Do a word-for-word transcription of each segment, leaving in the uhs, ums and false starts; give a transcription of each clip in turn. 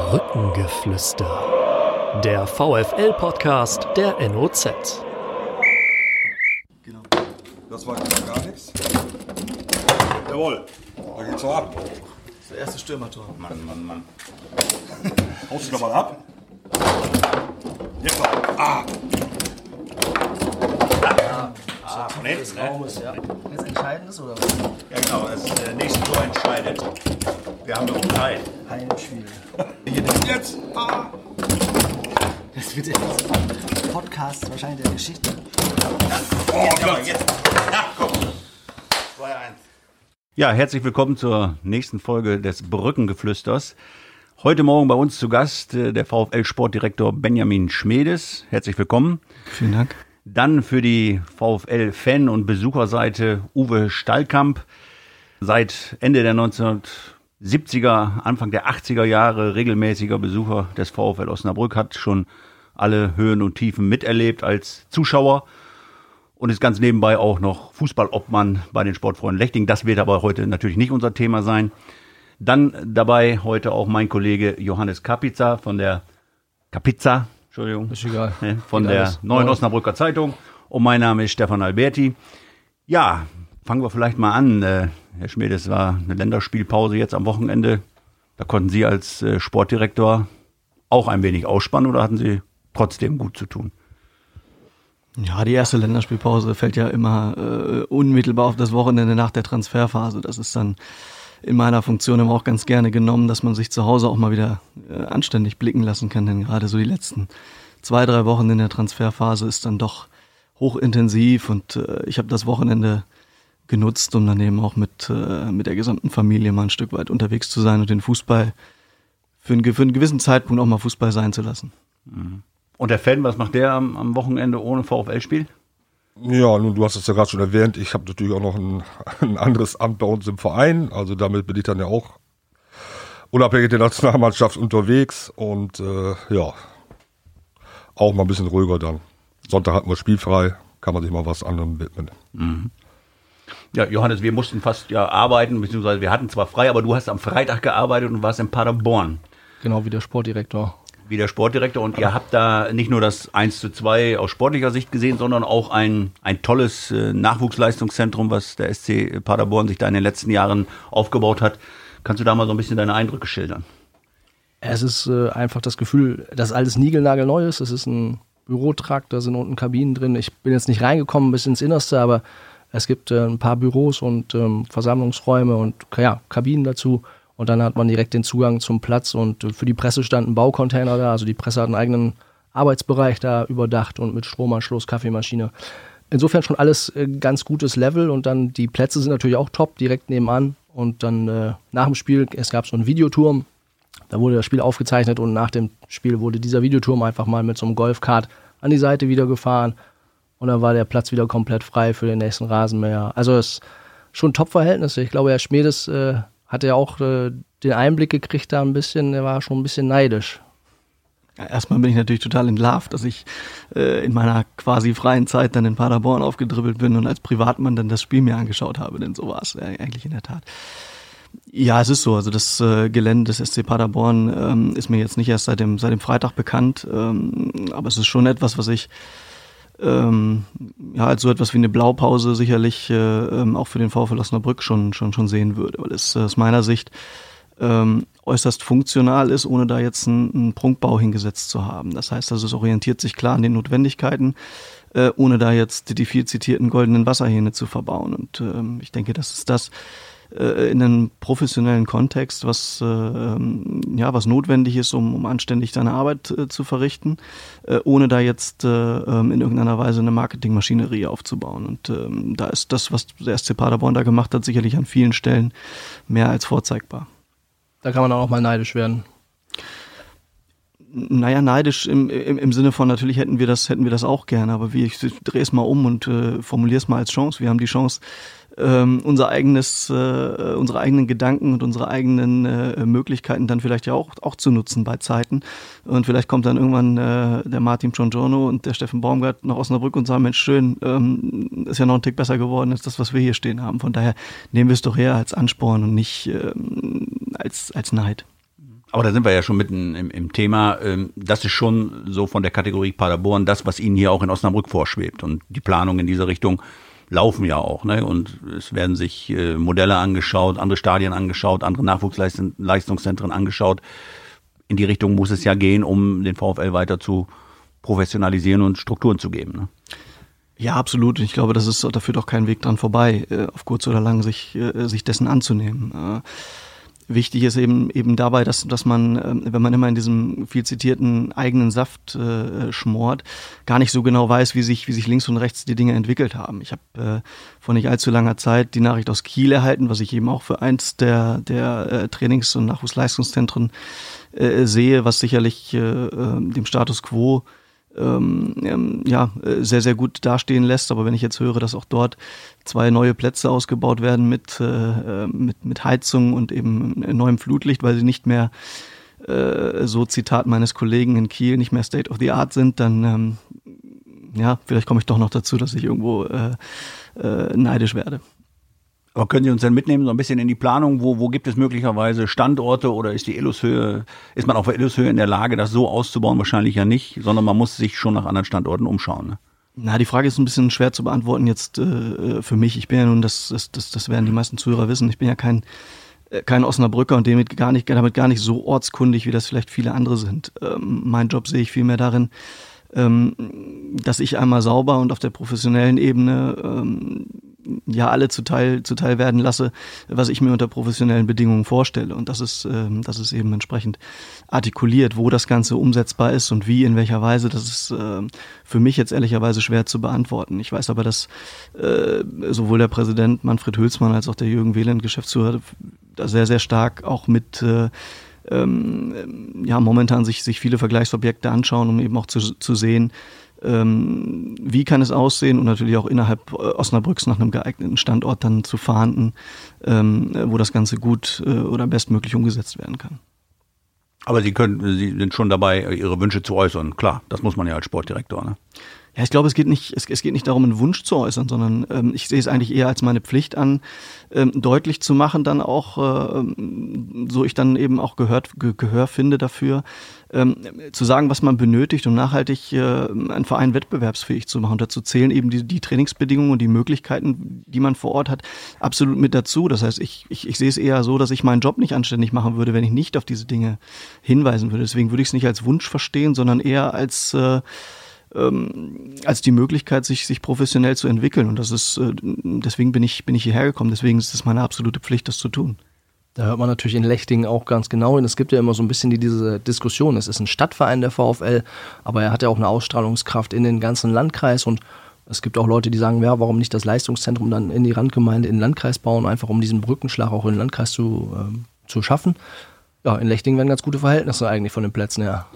Brückengeflüster. Der VfL-Podcast der N O Z. Genau. Das war gar nichts. Jawohl. Da geht's so ab. Das erste Stürmertor. Mann, Mann, Mann. Haust du da mal ab? Jetzt mal. Ah! Ja, Ah, von hinten, ne? Raumes, ja. Jetzt entscheidendes oder was? Ja, genau. Das äh, nächste Tor entscheidet. Wir haben noch Zeit. Heimspiel. Jetzt! Ah! Das wird jetzt Podcast wahrscheinlich der Geschichte. Oh, ja, jetzt! Ja, komm! zwei eins. Ja, herzlich willkommen zur nächsten Folge des Brückengeflüsters. Heute Morgen bei uns zu Gast äh, der VfL-Sportdirektor Benjamin Schmedes. Herzlich willkommen. Vielen Dank. Dann für die VfL-Fan- und Besucherseite Uwe Stallkamp. Seit Ende der neunzehnhundertsiebziger, Anfang der achtziger Jahre regelmäßiger Besucher des VfL Osnabrück, hat schon alle Höhen und Tiefen miterlebt als Zuschauer und ist ganz nebenbei auch noch Fußballobmann bei den Sportfreunden Lechting. Das wird aber heute natürlich nicht unser Thema sein. Dann dabei heute auch mein Kollege Johannes Kapitza von der Kapitza, Entschuldigung, Ist egal. von Geht der alles. Neuen Ja. Osnabrücker Zeitung. Und mein Name ist Stefan Alberti. Ja, fangen wir vielleicht mal an. Äh, Herr Schmidt, es war eine Länderspielpause jetzt am Wochenende. Da konnten Sie als äh, Sportdirektor auch ein wenig ausspannen oder hatten Sie trotzdem gut zu tun? Ja, die erste Länderspielpause fällt ja immer äh, unmittelbar auf das Wochenende nach der Transferphase. Das ist dann in meiner Funktion immer auch ganz gerne genommen, dass man sich zu Hause auch mal wieder äh, anständig blicken lassen kann. Denn gerade so die letzten zwei, drei Wochen in der Transferphase ist dann doch hochintensiv. Und äh, ich habe das Wochenende genutzt, um dann eben auch mit, äh, mit der gesamten Familie mal ein Stück weit unterwegs zu sein und den Fußball für einen, für einen gewissen Zeitpunkt auch mal Fußball sein zu lassen. Und der Fan, was macht der am, am Wochenende ohne VfL-Spiel? Ja, nun, du hast es ja gerade schon erwähnt. Ich habe natürlich auch noch ein, ein anderes Amt bei uns im Verein. Also damit bin ich dann ja auch unabhängig der Nationalmannschaft unterwegs. Und äh, ja, auch mal ein bisschen ruhiger dann. Sonntag hatten wir spielfrei, kann man sich mal was anderem widmen. Mhm. Ja, Johannes, wir mussten fast ja arbeiten, beziehungsweise wir hatten zwar frei, aber du hast am Freitag gearbeitet und warst in Paderborn Genau wie der Sportdirektor. wie der Sportdirektor. Und ihr habt da nicht nur das eins zu zwei aus sportlicher Sicht gesehen, sondern auch ein, ein tolles äh, Nachwuchsleistungszentrum, was der S C Paderborn sich da in den letzten Jahren aufgebaut hat. Kannst du da mal so ein bisschen deine Eindrücke schildern? Es ist äh, einfach das Gefühl, dass alles niegelnagelneu ist. Es ist ein Bürotrakt, da sind unten Kabinen drin. Ich bin jetzt nicht reingekommen bis ins Innerste, aber es gibt äh, ein paar Büros und ähm, Versammlungsräume und ja, Kabinen dazu. Und dann hat man direkt den Zugang zum Platz und äh, für die Presse stand ein Baucontainer da. Also die Presse hat einen eigenen Arbeitsbereich da überdacht und mit Stromanschluss, Kaffeemaschine. Insofern schon alles äh, ganz gutes Level und dann die Plätze sind natürlich auch top, direkt nebenan. Und dann äh, nach dem Spiel, es gab so einen Videoturm, da wurde das Spiel aufgezeichnet und nach dem Spiel wurde dieser Videoturm einfach mal mit so einem Golfkart an die Seite wieder gefahren. Und dann war der Platz wieder komplett frei für den nächsten Rasenmäher. Also es ist schon Top-Verhältnisse. Ich glaube, Herr Schmedes äh, hat ja auch äh, den Einblick gekriegt da ein bisschen. Er war schon ein bisschen neidisch. Ja, erstmal bin ich natürlich total entlarvt, dass ich äh, in meiner quasi freien Zeit dann in Paderborn aufgedribbelt bin und als Privatmann dann das Spiel mir angeschaut habe, denn so war es äh, eigentlich in der Tat. Ja, es ist so, also das äh, Gelände des S C Paderborn ähm, ist mir jetzt nicht erst seit dem, seit dem Freitag bekannt, ähm, aber es ist schon etwas, was ich ähm, ja, als so etwas wie eine Blaupause sicherlich äh, ähm, auch für den VfL Osnabrück schon, schon, schon sehen würde, weil es äh, aus meiner Sicht ähm, äußerst funktional ist, ohne da jetzt einen, einen Prunkbau hingesetzt zu haben. Das heißt also, es orientiert sich klar an den Notwendigkeiten, äh, ohne da jetzt die viel zitierten goldenen Wasserhähne zu verbauen. Und ähm, ich denke, das ist das äh, in einem professionellen Kontext, was, äh, ähm, ja, was notwendig ist, um, um anständig deine Arbeit äh, zu verrichten, äh, ohne da jetzt äh, ähm, in irgendeiner Weise eine Marketingmaschinerie aufzubauen. Und ähm, da ist das, was der S C Paderborn da gemacht hat, sicherlich an vielen Stellen mehr als vorzeigbar. Da kann man auch mal neidisch werden. Naja, neidisch im, im, im Sinne von, natürlich hätten wir das, hätten wir das auch gerne, aber wie, ich drehe es mal um und äh, formuliere es mal als Chance. Wir haben die Chance, ähm, unser eigenes, äh, unsere eigenen Gedanken und unsere eigenen äh, Möglichkeiten dann vielleicht ja auch, auch zu nutzen bei Zeiten. Und vielleicht kommt dann irgendwann äh, der Martin Giorgiorno und der Steffen Baumgart nach Osnabrück und sagen, Mensch, schön, ähm, ist ja noch ein Tick besser geworden als das, was wir hier stehen haben. Von daher nehmen wir es doch eher als Ansporn und nicht ähm, als, als Neid. Aber da sind wir ja schon mitten im, im Thema. Das ist schon so von der Kategorie Paderborn das, was Ihnen hier auch in Osnabrück vorschwebt. Und die Planungen in dieser Richtung laufen ja auch. Ne? Und es werden sich Modelle angeschaut, andere Stadien angeschaut, andere Nachwuchsleistungszentren angeschaut. In die Richtung muss es ja gehen, um den VfL weiter zu professionalisieren und Strukturen zu geben. Ne? Ja, absolut. Ich glaube, das ist, da führt auch kein Weg dran vorbei, auf kurz oder lang sich, sich dessen anzunehmen. Wichtig ist eben eben dabei, dass dass man, wenn man immer in diesem viel zitierten eigenen Saft äh, schmort, gar nicht so genau weiß, wie sich wie sich links und rechts die Dinge entwickelt haben. Ich habe äh, vor nicht allzu langer Zeit die Nachricht aus Kiel erhalten, was ich eben auch für eins der der äh, Trainings- und Nachwuchsleistungszentren äh, sehe, was sicherlich äh, dem Status quo Ähm, ähm, ja, sehr, sehr gut dastehen lässt. Aber wenn ich jetzt höre, dass auch dort zwei neue Plätze ausgebaut werden mit, äh, mit, mit Heizung und eben neuem Flutlicht, weil sie nicht mehr, äh, so Zitat meines Kollegen in Kiel, nicht mehr State of the Art sind, dann ähm, ja, vielleicht komme ich doch noch dazu, dass ich irgendwo äh, äh, neidisch werde. Aber können Sie uns denn mitnehmen, so ein bisschen in die Planung? Wo, wo gibt es möglicherweise Standorte oder ist die Illushöhe, ist man auf der Illushöhe in der Lage, das so auszubauen? Wahrscheinlich ja nicht, sondern man muss sich schon nach anderen Standorten umschauen. Ne? Na, die Frage ist ein bisschen schwer zu beantworten jetzt äh, für mich. Ich bin ja nun, das, das, das, das werden die meisten Zuhörer wissen, ich bin ja kein, äh, kein Osnabrücker und damit gar nicht, damit gar nicht so ortskundig, wie das vielleicht viele andere sind. Ähm, mein Job sehe ich vielmehr darin, ähm, dass ich einmal sauber und auf der professionellen Ebene ähm, ja alle zuteil, zuteil werden lasse, was ich mir unter professionellen Bedingungen vorstelle. Und das ist, ähm, das ist eben entsprechend artikuliert, wo das Ganze umsetzbar ist und wie, in welcher Weise. Das ist ähm, für mich jetzt ehrlicherweise schwer zu beantworten. Ich weiß aber, dass äh, sowohl der Präsident Manfred Hülsmann als auch der Jürgen Wehland, Geschäftsführer, da sehr, sehr stark auch mit äh, ähm, ja, momentan sich, sich viele Vergleichsobjekte anschauen, um eben auch zu, zu sehen, Ähm, wie kann es aussehen und natürlich auch innerhalb Osnabrücks nach einem geeigneten Standort dann zu fahnden, ähm, wo das Ganze gut äh, oder bestmöglich umgesetzt werden kann. Aber Sie können, Sie sind schon dabei, Ihre Wünsche zu äußern. Klar, das muss man ja als Sportdirektor, ne? Ja, ich glaube, es geht nicht, es, es geht nicht darum, einen Wunsch zu äußern, sondern ähm, ich sehe es eigentlich eher als meine Pflicht an, ähm, deutlich zu machen, dann auch, äh, so ich dann eben auch gehört, ge, Gehör finde dafür, ähm, zu sagen, was man benötigt, um nachhaltig äh, einen Verein wettbewerbsfähig zu machen. Und dazu zählen eben die, die Trainingsbedingungen und die Möglichkeiten, die man vor Ort hat, absolut mit dazu. Das heißt, ich, ich, ich sehe es eher so, dass ich meinen Job nicht anständig machen würde, wenn ich nicht auf diese Dinge hinweisen würde. Deswegen würde ich es nicht als Wunsch verstehen, sondern eher als äh, als die Möglichkeit, sich, sich professionell zu entwickeln. Und das ist, deswegen bin ich, bin ich hierher gekommen. Deswegen ist es meine absolute Pflicht, das zu tun. Da hört man natürlich in Lechting auch ganz genau hin. Es gibt ja immer so ein bisschen die, diese Diskussion. Es ist ein Stadtverein, der VfL, aber er hat ja auch eine Ausstrahlungskraft in den ganzen Landkreis. Und es gibt auch Leute, die sagen, ja, warum nicht das Leistungszentrum dann in die Randgemeinde, in den Landkreis bauen, einfach um diesen Brückenschlag auch in den Landkreis zu, ähm, zu schaffen. Ja, in Lechting werden ganz gute Verhältnisse eigentlich von den Plätzen her.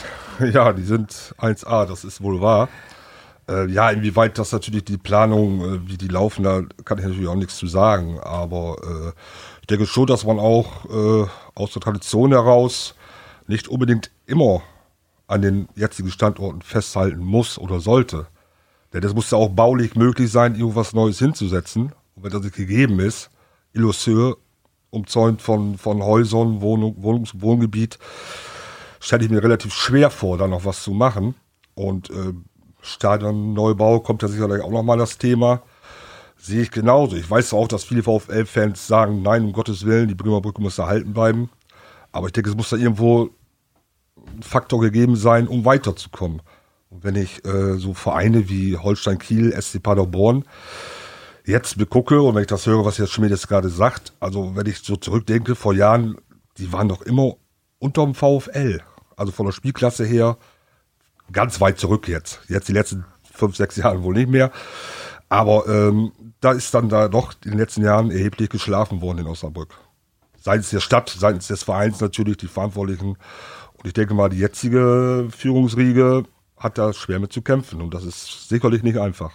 Ja, die sind eins A, das ist wohl wahr. Äh, ja, inwieweit das natürlich die Planung, äh, wie die laufen, da kann ich natürlich auch nichts zu sagen. Aber äh, ich denke schon, dass man auch äh, aus der Tradition heraus nicht unbedingt immer an den jetzigen Standorten festhalten muss oder sollte. Denn das muss ja auch baulich möglich sein, irgendwas Neues hinzusetzen. Und wenn das nicht gegeben ist, Illushöhe, umzäunt von, von Häusern, Wohnung, Wohnungs- Wohngebiet, stelle ich mir relativ schwer vor, da noch was zu machen. Und äh, Stadionneubau kommt ja sicherlich auch nochmal das Thema. Sehe ich genauso. Ich weiß auch, dass viele VfL-Fans sagen, nein, um Gottes Willen, die Bremer Brücke muss erhalten bleiben. Aber ich denke, es muss da irgendwo ein Faktor gegeben sein, um weiterzukommen. Und wenn ich äh, so Vereine wie Holstein Kiel, S C Paderborn jetzt begucke und wenn ich das höre, was jetzt Schmied jetzt gerade sagt, also wenn ich so zurückdenke, vor Jahren, die waren doch immer unterm VfL. Also von der Spielklasse her ganz weit zurück jetzt. Jetzt die letzten fünf, sechs Jahre wohl nicht mehr. Aber ähm, da ist dann da doch in den letzten Jahren erheblich geschlafen worden in Osnabrück. Seitens der Stadt, seitens des Vereins natürlich, die Verantwortlichen. Und ich denke mal, die jetzige Führungsriege hat da schwer mit zu kämpfen. Und das ist sicherlich nicht einfach.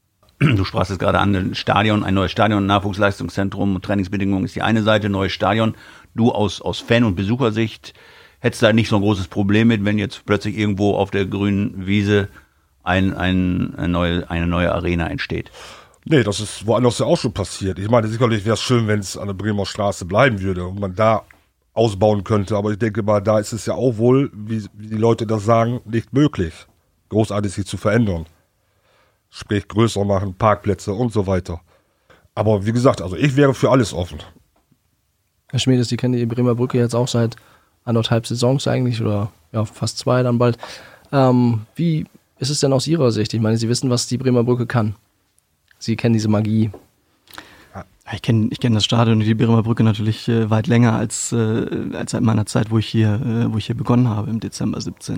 Du sprachst es gerade an, ein Stadion, ein neues Stadion, ein Nachwuchsleistungszentrum und Trainingsbedingungen ist die eine Seite, neues Stadion. Du aus, aus Fan- und Besuchersicht hättest da nicht so ein großes Problem mit, wenn jetzt plötzlich irgendwo auf der grünen Wiese ein, ein, eine, neue, eine neue Arena entsteht. Nee, das ist woanders ja auch schon passiert. Ich meine, sicherlich wäre es schön, wenn es an der Bremer Straße bleiben würde und man da ausbauen könnte. Aber ich denke mal, da ist es ja auch wohl, wie, wie die Leute das sagen, nicht möglich, großartig sich zu verändern. Sprich, größer machen, Parkplätze und so weiter. Aber wie gesagt, also ich wäre für alles offen. Herr Schmiedes, Sie kennen die Bremer Brücke jetzt auch seit anderthalb Saisons eigentlich oder ja fast zwei dann bald. Ähm, wie ist es denn aus Ihrer Sicht? Ich meine, Sie wissen, was die Bremer Brücke kann. Sie kennen diese Magie. Ich kenne ich kenn das Stadion und die Bremer Brücke natürlich äh, weit länger als, äh, als seit meiner Zeit, wo ich hier, äh, wo ich hier begonnen habe im Dezember siebzehn.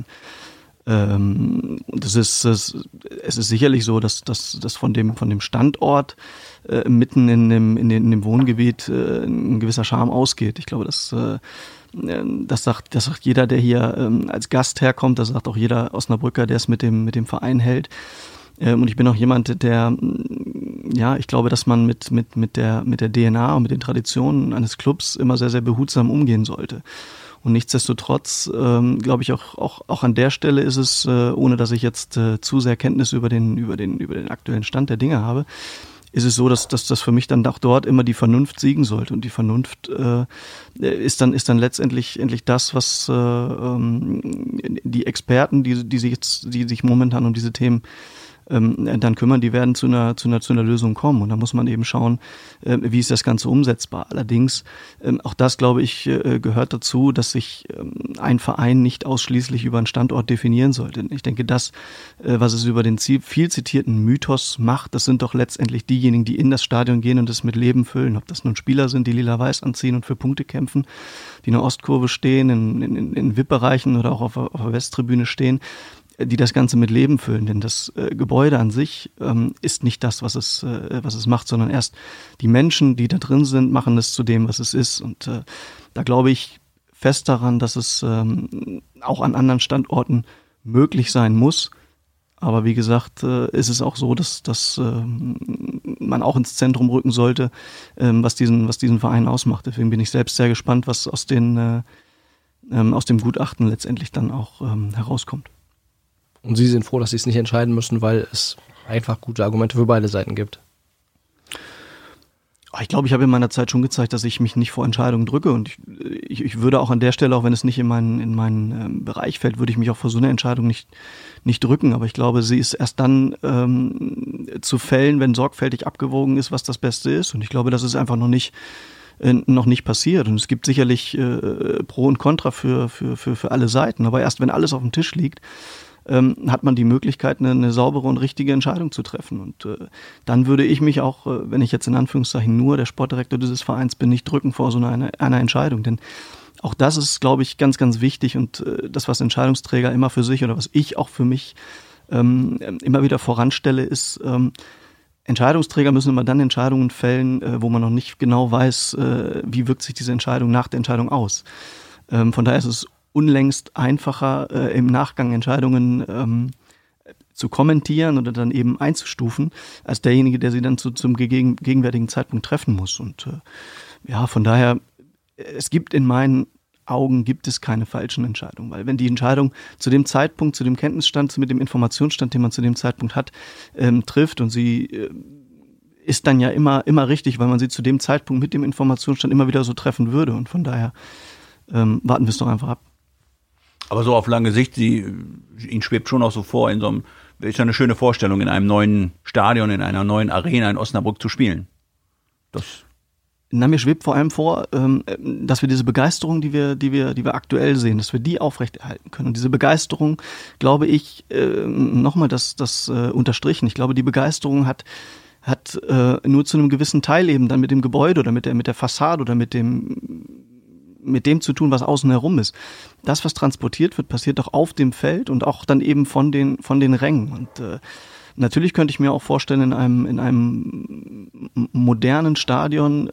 Ähm, das ist, das, es ist sicherlich so, dass, dass, dass von dem, von dem Standort äh, mitten in dem, in, den, in dem Wohngebiet äh, ein gewisser Charme ausgeht. Ich glaube, das, äh, das, sagt, das sagt jeder, der hier ähm, als Gast herkommt, das sagt auch jeder Osnabrücker, der es mit dem, mit dem Verein hält. Ähm, und ich bin auch jemand, der, ja, ich glaube, dass man mit, mit, mit, der, mit der D N A und mit den Traditionen eines Clubs immer sehr, sehr behutsam umgehen sollte. Und nichtsdestotrotz, ähm, glaube ich, auch, auch, auch an der Stelle ist es, äh, ohne dass ich jetzt äh, zu sehr Kenntnis über den, über den, über den aktuellen Stand der Dinge habe, ist es so, dass, dass das für mich dann auch dort immer die Vernunft siegen sollte. Und die Vernunft äh, ist dann, ist dann letztendlich endlich das, was äh, ähm, die Experten, die, die sich jetzt, die sich momentan um diese Themen ähm, dann kümmern, die werden zu einer, zu einer, zu einer Lösung kommen. Und da muss man eben schauen, äh, wie ist das Ganze umsetzbar. Allerdings, ähm, auch das, glaube ich, äh, gehört dazu, dass sich ähm, ein Verein nicht ausschließlich über einen Standort definieren sollte. Ich denke, das, äh, was es über den viel zitierten Mythos macht, das sind doch letztendlich diejenigen, die in das Stadion gehen und es mit Leben füllen. Ob das nun Spieler sind, die lila-weiß anziehen und für Punkte kämpfen, die in der Ostkurve stehen, in, in, in V I P-Bereichen oder auch auf, auf der Westtribüne stehen, die das Ganze mit Leben füllen. Denn das äh, Gebäude an sich ähm, ist nicht das, was es, äh, was es macht, sondern erst die Menschen, die da drin sind, machen es zu dem, was es ist. Und äh, da glaube ich fest daran, dass es ähm, auch an anderen Standorten möglich sein muss. Aber wie gesagt, äh, ist es auch so, dass, dass ähm, man auch ins Zentrum rücken sollte, ähm, was diesen, was diesen Verein ausmacht. Deswegen bin ich selbst sehr gespannt, was aus, den, äh, ähm, aus dem Gutachten letztendlich dann auch ähm, herauskommt. Und Sie sind froh, dass Sie es nicht entscheiden müssen, weil es einfach gute Argumente für beide Seiten gibt. Ich glaube, ich habe in meiner Zeit schon gezeigt, dass ich mich nicht vor Entscheidungen drücke. Und ich, ich, ich würde auch an der Stelle, auch wenn es nicht in meinen, in meinen ähm, Bereich fällt, würde ich mich auch vor so eine Entscheidung nicht, nicht drücken. Aber ich glaube, sie ist erst dann ähm, zu fällen, wenn sorgfältig abgewogen ist, was das Beste ist. Und ich glaube, das ist einfach noch nicht äh, noch nicht passiert. Und es gibt sicherlich äh, Pro und Contra für, für, für, für alle Seiten. Aber erst wenn alles auf dem Tisch liegt, Ähm, hat man die Möglichkeit, eine, eine saubere und richtige Entscheidung zu treffen. Und äh, dann würde ich mich auch, äh, wenn ich jetzt in Anführungszeichen nur der Sportdirektor dieses Vereins bin, nicht drücken vor so einer, einer Entscheidung. Denn auch das ist, glaube ich, ganz, ganz wichtig. Und äh, das, was Entscheidungsträger immer für sich oder was ich auch für mich ähm, immer wieder voranstelle, ist, ähm, Entscheidungsträger müssen immer dann Entscheidungen fällen, äh, wo man noch nicht genau weiß, äh, wie wirkt sich diese Entscheidung nach der Entscheidung aus. Ähm, von daher ist es unlängst einfacher, äh, im Nachgang Entscheidungen ähm, zu kommentieren oder dann eben einzustufen, als derjenige, der sie dann zu, zum gegen, gegenwärtigen Zeitpunkt treffen muss. Und äh, ja, von daher, es gibt in meinen Augen gibt es keine falschen Entscheidungen, weil wenn die Entscheidung zu dem Zeitpunkt, zu dem Kenntnisstand, mit dem Informationsstand, den man zu dem Zeitpunkt hat, ähm, trifft und sie äh, ist dann ja immer, immer richtig, weil man sie zu dem Zeitpunkt mit dem Informationsstand immer wieder so treffen würde. Und von daher ähm, warten wir es doch einfach ab. Aber so auf lange Sicht, Sie, Ihnen schwebt schon auch so vor, in so einem, ist ja eine schöne Vorstellung, in einem neuen Stadion, in einer neuen Arena in Osnabrück zu spielen. Das Na, mir schwebt vor allem vor, ähm, dass wir diese Begeisterung, die wir, die wir, die wir aktuell sehen, dass wir die aufrechterhalten können. Und diese Begeisterung, glaube ich, äh, nochmal das, das äh, unterstrichen. Ich glaube, die Begeisterung hat hat äh, nur zu einem gewissen Teil eben dann mit dem Gebäude oder mit der mit der Fassade oder mit dem mit dem zu tun, was außen herum ist. Das, was transportiert wird, passiert doch auf dem Feld und auch dann eben von den von den Rängen. Und äh, natürlich könnte ich mir auch vorstellen, in einem in einem modernen Stadion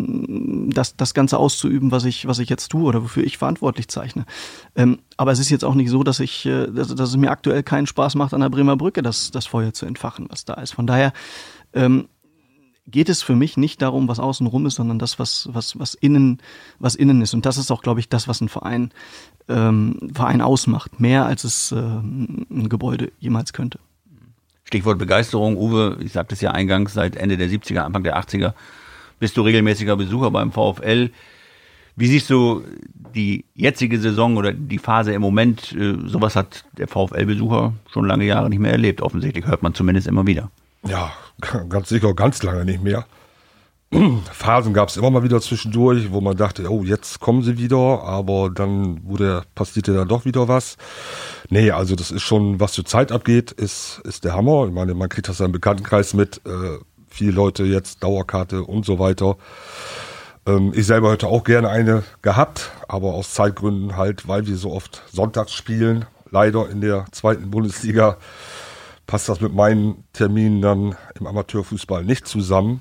ähm, das das Ganze auszuüben, was ich was ich jetzt tue oder wofür ich verantwortlich zeichne. Ähm, aber es ist jetzt auch nicht so, dass ich äh, dass, dass es mir aktuell keinen Spaß macht, an der Bremer Brücke das das Feuer zu entfachen, was da ist. Von daher ähm, geht es für mich nicht darum, was außen rum ist, sondern das, was was was innen was innen ist. Und das ist auch, glaube ich, das, was ein Verein ähm, Verein ausmacht, mehr als es äh, ein Gebäude jemals könnte. Stichwort Begeisterung. Uwe, ich sagte es ja eingangs, seit Ende der siebziger, Anfang der achtziger bist du regelmäßiger Besucher beim VfL. Wie siehst du die jetzige Saison oder die Phase im Moment? Äh, sowas hat der VfL-Besucher schon lange Jahre nicht mehr erlebt. Offensichtlich hört man zumindest immer wieder. Ja, ganz sicher, ganz lange nicht mehr. Phasen gab es immer mal wieder zwischendurch, wo man dachte, oh, jetzt kommen sie wieder, aber dann wurde, passierte da doch wieder was. Nee, also das ist schon, was zur Zeit abgeht, ist, ist der Hammer. Ich meine, man kriegt das ja im Bekanntenkreis mit, äh, viele Leute jetzt, Dauerkarte und so weiter. Ähm, ich selber hätte auch gerne eine gehabt, aber aus Zeitgründen halt, weil wir so oft sonntags spielen, leider in der zweiten Bundesliga, passt das mit meinen Terminen dann im Amateurfußball nicht zusammen.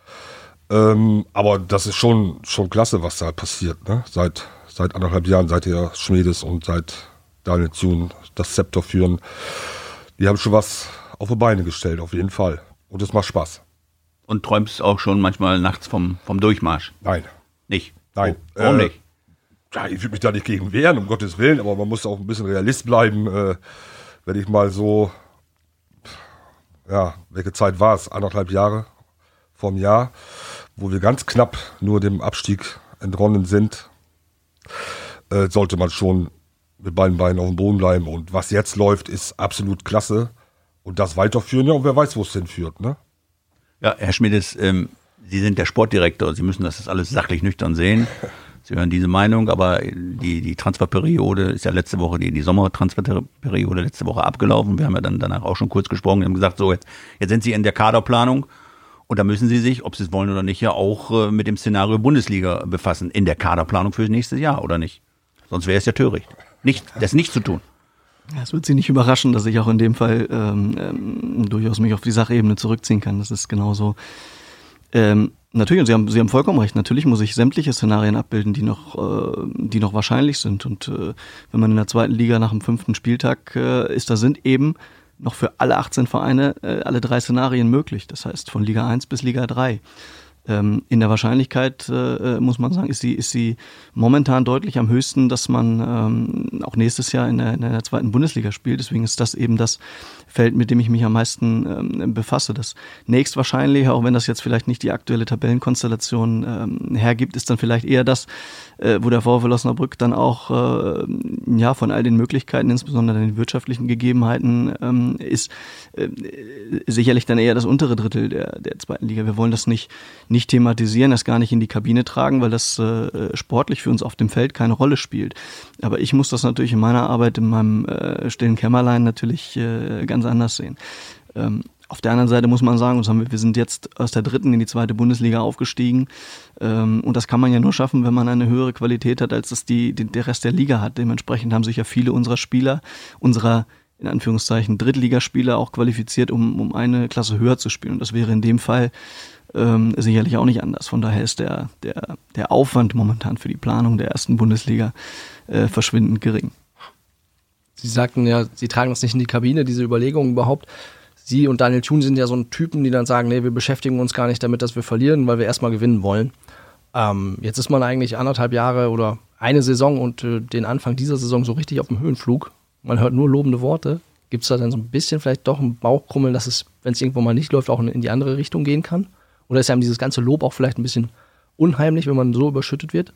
Ähm, aber das ist schon, schon klasse, was da passiert, ne? Seit, seit anderthalb Jahren, seit der Schmiedes und seit Daniel Thun das Zepter führen. Die haben schon was auf die Beine gestellt, auf jeden Fall. Und es macht Spaß. Und träumst auch schon manchmal nachts vom, vom Durchmarsch? Nein. Nicht? Nein. Oh, warum äh, nicht? Ja, ich würde mich da nicht gegen wehren, um Gottes Willen, aber man muss auch ein bisschen Realist bleiben. Äh, wenn ich mal so, ja, welche Zeit war es? Anderthalb Jahre vom Jahr, wo wir ganz knapp nur dem Abstieg entronnen sind, äh, sollte man schon mit beiden Beinen auf dem Boden bleiben. Und was jetzt läuft, ist absolut klasse. Und das weiterführen, ja, und wer weiß, wo es hinführt, ne? Ja, Herr Schmiedes, ähm, Sie sind der Sportdirektor. Sie müssen das alles sachlich nüchtern sehen. Sie hören diese Meinung, aber die, die Transferperiode ist ja letzte Woche, die, die Sommertransferperiode letzte Woche abgelaufen. Wir haben ja dann danach auch schon kurz gesprochen. Wir haben gesagt, so, jetzt, jetzt sind Sie in der Kaderplanung. Und da müssen Sie sich, ob Sie es wollen oder nicht, ja auch äh, mit dem Szenario Bundesliga befassen. In der Kaderplanung für das nächste Jahr, oder nicht? Sonst wäre es ja töricht, nicht, das nicht zu tun. Ja, es wird Sie nicht überraschen, dass ich auch in dem Fall ähm, ähm, durchaus mich auf die Sachebene zurückziehen kann. Das ist genauso. Ähm, natürlich, und Sie haben, Sie haben vollkommen recht, natürlich muss ich sämtliche Szenarien abbilden, die noch, äh, die noch wahrscheinlich sind. Und äh, wenn man in der zweiten Liga nach dem fünften Spieltag äh, ist, da sind eben noch für alle achtzehn Vereine äh, alle drei Szenarien möglich. Das heißt von Liga eins bis Liga drei. Ähm, in der Wahrscheinlichkeit, äh, muss man sagen, ist sie, ist sie momentan deutlich am höchsten, dass man ähm, auch nächstes Jahr in der, in der zweiten Bundesliga spielt. Deswegen ist das eben das Feld, mit dem ich mich am meisten ähm, befasse. Das nächstwahrscheinliche, auch wenn das jetzt vielleicht nicht die aktuelle Tabellenkonstellation ähm, hergibt, ist dann vielleicht eher das, äh, wo der VfL Osnabrück dann auch äh, ja von all den Möglichkeiten, insbesondere den wirtschaftlichen Gegebenheiten, ähm, ist äh, sicherlich dann eher das untere Drittel der, der zweiten Liga. Wir wollen das nicht nicht thematisieren, das gar nicht in die Kabine tragen, weil das äh, sportlich für uns auf dem Feld keine Rolle spielt. Aber ich muss das natürlich in meiner Arbeit, in meinem äh, stillen Kämmerlein natürlich äh, ganz anders sehen. Ähm, auf der anderen Seite muss man sagen, das haben wir, wir sind jetzt aus der dritten in die zweite Bundesliga aufgestiegen. Ähm, und das kann man ja nur schaffen, wenn man eine höhere Qualität hat, als das die, die, der Rest der Liga hat. Dementsprechend haben sich ja viele unserer Spieler, unserer in Anführungszeichen Drittligaspieler auch qualifiziert, um, um eine Klasse höher zu spielen. Und das wäre in dem Fall Ähm, sicherlich auch nicht anders. Von daher ist der, der, der Aufwand momentan für die Planung der ersten Bundesliga äh, verschwindend gering. Sie sagten ja, Sie tragen das nicht in die Kabine, diese Überlegungen überhaupt. Sie und Daniel Thun sind ja so ein Typen, die dann sagen, nee, wir beschäftigen uns gar nicht damit, dass wir verlieren, weil wir erstmal gewinnen wollen. Ähm, jetzt ist man eigentlich anderthalb Jahre oder eine Saison und äh, den Anfang dieser Saison so richtig auf dem Höhenflug. Man hört nur lobende Worte. Gibt es da dann so ein bisschen vielleicht doch ein Bauchkrummeln, dass es, wenn es irgendwo mal nicht läuft, auch in die andere Richtung gehen kann? Oder ist einem dieses ganze Lob auch vielleicht ein bisschen unheimlich, wenn man so überschüttet wird?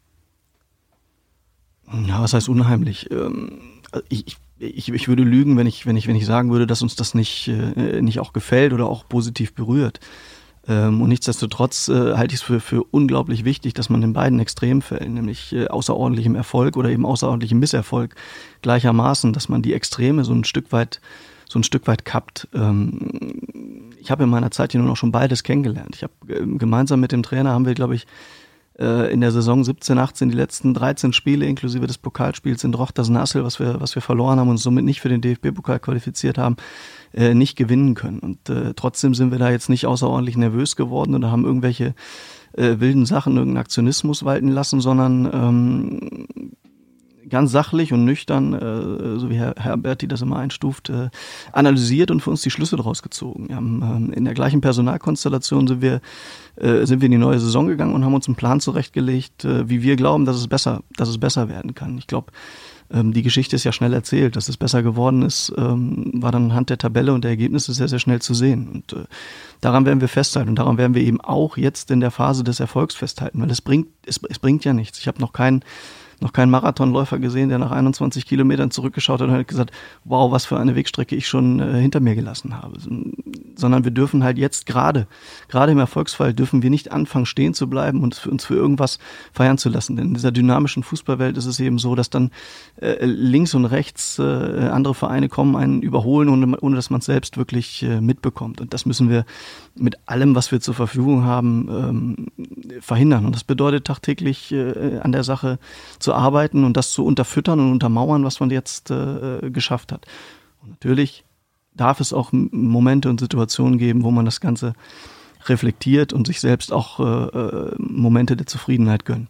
Ja, was heißt unheimlich? Ähm, ich, ich, ich würde lügen, wenn ich, wenn ich, wenn ich sagen würde, dass uns das nicht, äh, nicht auch gefällt oder auch positiv berührt. Ähm, und nichtsdestotrotz äh, halte ich es für, für unglaublich wichtig, dass man in beiden Extremfällen, nämlich äh, außerordentlichem Erfolg oder eben außerordentlichem Misserfolg, gleichermaßen, dass man die Extreme so ein Stück weit so ein Stück weit kappt. Ich habe in meiner Zeit hier nur noch schon beides kennengelernt. Ich habe gemeinsam mit dem Trainer haben wir, glaube ich, in der Saison siebzehn, achtzehn die letzten dreizehn Spiele inklusive des Pokalspiels in Drochtersen-Assel, was wir, was wir verloren haben und somit nicht für den D F B-Pokal qualifiziert haben, nicht gewinnen können. Und äh, trotzdem sind wir da jetzt nicht außerordentlich nervös geworden oder haben irgendwelche äh, wilden Sachen, irgendeinen Aktionismus walten lassen, sondern ähm, ganz sachlich und nüchtern, äh, so wie Herr Herberti das immer einstuft, äh, analysiert und für uns die Schlüsse daraus gezogen. Wir haben, äh, in der gleichen Personalkonstellation sind wir, äh, sind wir in die neue Saison gegangen und haben uns einen Plan zurechtgelegt, äh, wie wir glauben, dass es besser, dass es besser werden kann. Ich glaube, ähm, die Geschichte ist ja schnell erzählt, dass es besser geworden ist, ähm, war dann anhand der Tabelle und der Ergebnisse sehr, sehr schnell zu sehen. Und äh, daran werden wir festhalten und daran werden wir eben auch jetzt in der Phase des Erfolgs festhalten, weil es bringt, es, es bringt ja nichts. Ich habe noch keinen noch keinen Marathonläufer gesehen, der nach einundzwanzig Kilometern zurückgeschaut hat und hat gesagt, wow, was für eine Wegstrecke ich schon äh, hinter mir gelassen habe. Sondern wir dürfen halt jetzt gerade, gerade im Erfolgsfall dürfen wir nicht anfangen, stehen zu bleiben und für uns für irgendwas feiern zu lassen. Denn in dieser dynamischen Fußballwelt ist es eben so, dass dann äh, links und rechts äh, andere Vereine kommen, einen überholen, ohne, ohne dass man es selbst wirklich äh, mitbekommt. Und das müssen wir mit allem, was wir zur Verfügung haben, ähm, verhindern. Und das bedeutet tagtäglich äh, an der Sache zu arbeiten und das zu unterfüttern und untermauern, was man jetzt äh, geschafft hat. Und natürlich darf es auch Momente und Situationen geben, wo man das Ganze reflektiert und sich selbst auch äh, Momente der Zufriedenheit gönnt.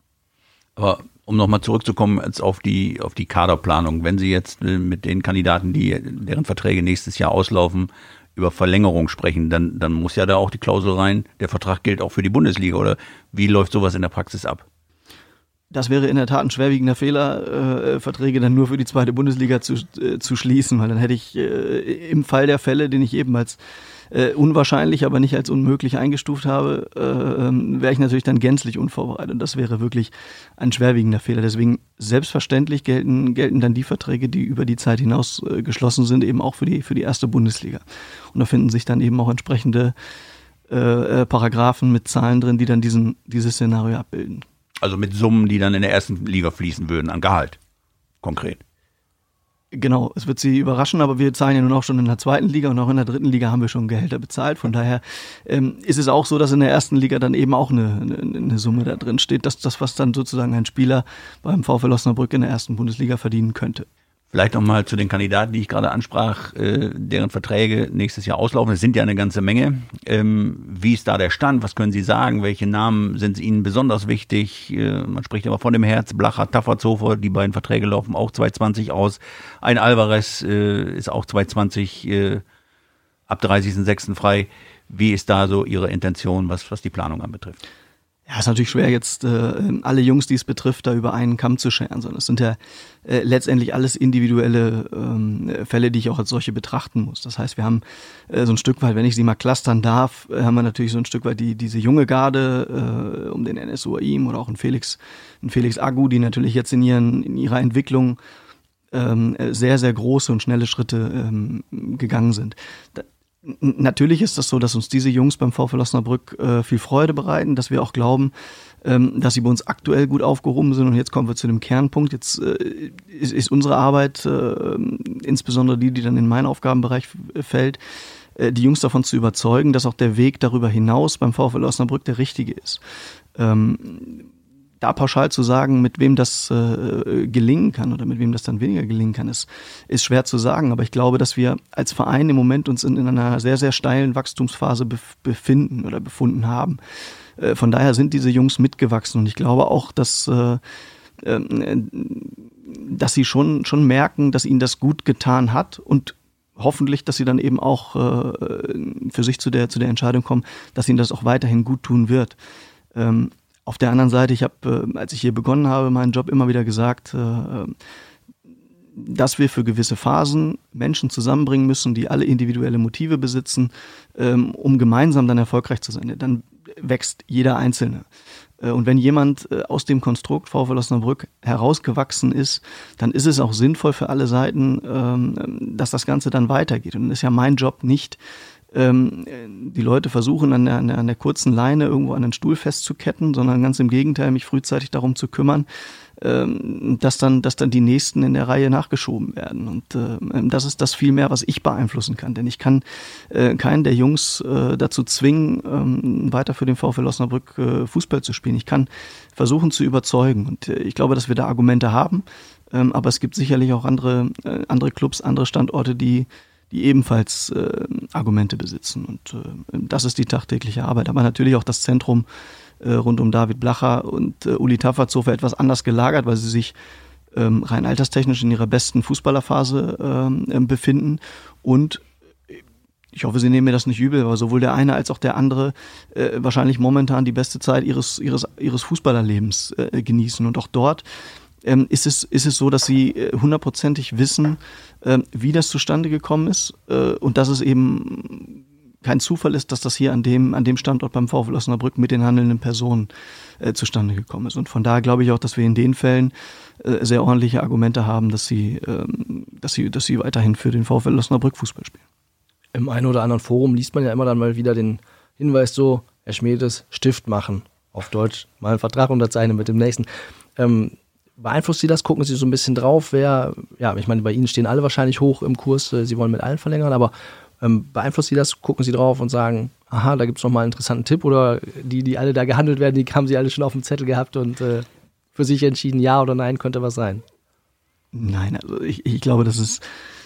Aber um nochmal zurückzukommen jetzt auf die, auf die Kaderplanung, wenn Sie jetzt mit den Kandidaten, die deren Verträge nächstes Jahr auslaufen, über Verlängerung sprechen, dann, dann muss ja da auch die Klausel rein, der Vertrag gilt auch für die Bundesliga, oder wie läuft sowas in der Praxis ab? Das wäre in der Tat ein schwerwiegender Fehler, äh, Verträge dann nur für die zweite Bundesliga zu, äh, zu schließen, weil dann hätte ich äh, im Fall der Fälle, den ich eben als äh, unwahrscheinlich, aber nicht als unmöglich eingestuft habe, äh, wäre ich natürlich dann gänzlich unvorbereitet. Und das wäre wirklich ein schwerwiegender Fehler. Deswegen selbstverständlich gelten, gelten dann die Verträge, die über die Zeit hinaus äh, geschlossen sind, eben auch für die, für die erste Bundesliga. Und da finden sich dann eben auch entsprechende äh, Paragraphen mit Zahlen drin, die dann diesen, dieses Szenario abbilden. Also mit Summen, die dann in der ersten Liga fließen würden, an Gehalt, konkret. Genau, es wird Sie überraschen, aber wir zahlen ja nun auch schon in der zweiten Liga und auch in der dritten Liga haben wir schon Gehälter bezahlt. Von daher ähm, ist es auch so, dass in der ersten Liga dann eben auch eine, eine, eine Summe da drin steht, dass das, was dann sozusagen ein Spieler beim VfL Osnabrück in der ersten Bundesliga verdienen könnte. Vielleicht nochmal zu den Kandidaten, die ich gerade ansprach, äh, deren Verträge nächstes Jahr auslaufen. Es sind ja eine ganze Menge. Ähm, wie ist da der Stand? Was können Sie sagen? Welche Namen sind Ihnen besonders wichtig? Äh, man spricht aber von dem Herz, Blacher, Taffertshofer. Die beiden Verträge laufen auch zwanzig zwanzig aus. Ein Alvarez äh, ist auch zwanzig zwanzig äh, ab dreißigsten sechsten frei. Wie ist da so Ihre Intention, was, was die Planung anbetrifft? Ja, ist natürlich schwer, jetzt äh, alle Jungs, die es betrifft, da über einen Kamm zu scheren, sondern es sind ja äh, letztendlich alles individuelle ähm, Fälle, die ich auch als solche betrachten muss. Das heißt, wir haben äh, so ein Stück weit, wenn ich sie mal clustern darf, äh, haben wir natürlich so ein Stück weit die diese junge Garde äh, um den Enes Uaim oder auch einen Felix, einen Felix Agu, die natürlich jetzt in ihren in ihrer Entwicklung ähm, sehr, sehr große und schnelle Schritte ähm, gegangen sind. Da, Natürlich ist das so, dass uns diese Jungs beim VfL Osnabrück äh, viel Freude bereiten, dass wir auch glauben, ähm, dass sie bei uns aktuell gut aufgehoben sind. Und jetzt kommen wir zu dem Kernpunkt. Jetzt äh, ist, ist unsere Arbeit, äh, insbesondere die, die dann in meinen Aufgabenbereich f- fällt, äh, die Jungs davon zu überzeugen, dass auch der Weg darüber hinaus beim VfL Osnabrück der richtige ist. Ähm, Da pauschal zu sagen, mit wem das äh, gelingen kann oder mit wem das dann weniger gelingen kann, ist, ist schwer zu sagen. Aber ich glaube, dass wir als Verein im Moment uns in, in einer sehr, sehr steilen Wachstumsphase bef- befinden oder befunden haben. Äh, von daher sind diese Jungs mitgewachsen. Und ich glaube auch, dass, äh, äh, dass sie schon, schon merken, dass ihnen das gut getan hat und hoffentlich, dass sie dann eben auch äh, für sich zu der, zu der Entscheidung kommen, dass ihnen das auch weiterhin gut tun wird. Ähm, Auf der anderen Seite, ich habe, als ich hier begonnen habe, meinen Job immer wieder gesagt, dass wir für gewisse Phasen Menschen zusammenbringen müssen, die alle individuelle Motive besitzen, um gemeinsam dann erfolgreich zu sein. Dann wächst jeder Einzelne. Und wenn jemand aus dem Konstrukt VfL Osnabrück herausgewachsen ist, dann ist es auch sinnvoll für alle Seiten, dass das Ganze dann weitergeht. Und dann ist ja mein Job nicht, die Leute versuchen, an der, an der, an der kurzen Leine irgendwo an den Stuhl festzuketten, sondern ganz im Gegenteil, mich frühzeitig darum zu kümmern, dass dann, dass dann die Nächsten in der Reihe nachgeschoben werden. Und das ist das viel mehr, was ich beeinflussen kann. Denn ich kann keinen der Jungs dazu zwingen, weiter für den VfL Osnabrück Fußball zu spielen. Ich kann versuchen zu überzeugen. Und ich glaube, dass wir da Argumente haben. Aber es gibt sicherlich auch andere, andere Clubs, andere Standorte, die die ebenfalls äh, Argumente besitzen. Und äh, das ist die tagtägliche Arbeit. Aber natürlich auch das Zentrum äh, rund um David Blacher und äh, Uli Taffertshofer etwas anders gelagert, weil sie sich ähm, rein alterstechnisch in ihrer besten Fußballerphase ähm, befinden und ich hoffe, Sie nehmen mir das nicht übel, aber sowohl der eine als auch der andere äh, wahrscheinlich momentan die beste Zeit ihres, ihres, ihres Fußballerlebens äh, genießen. Und auch dort ähm, ist es, ist es so, dass sie hundertprozentig wissen, äh, wie das zustande gekommen ist äh, und dass es eben kein Zufall ist, dass das hier an dem, an dem Standort beim VfL Osnabrück mit den handelnden Personen äh, zustande gekommen ist. Und von daher glaube ich auch, dass wir in den Fällen äh, sehr ordentliche Argumente haben, dass sie, ähm, dass sie, dass sie weiterhin für den VfL Osnabrück Fußball spielen. Im einen oder anderen Forum liest man ja immer dann mal wieder den Hinweis so, Herr Schmedes, Stift machen. Auf Deutsch mal einen Vertrag unterzeichnen mit dem nächsten. Ähm, beeinflusst Sie das? Gucken Sie so ein bisschen drauf? Wer, ja, ich meine, bei Ihnen stehen alle wahrscheinlich hoch im Kurs. Sie wollen mit allen verlängern, aber ähm, beeinflusst Sie das? Gucken Sie drauf und sagen, aha, da gibt es nochmal einen interessanten Tipp oder die, die alle da gehandelt werden, die haben Sie alle schon auf dem Zettel gehabt und äh, für sich entschieden, ja oder nein, könnte was sein? Nein, also ich, ich glaube, das ist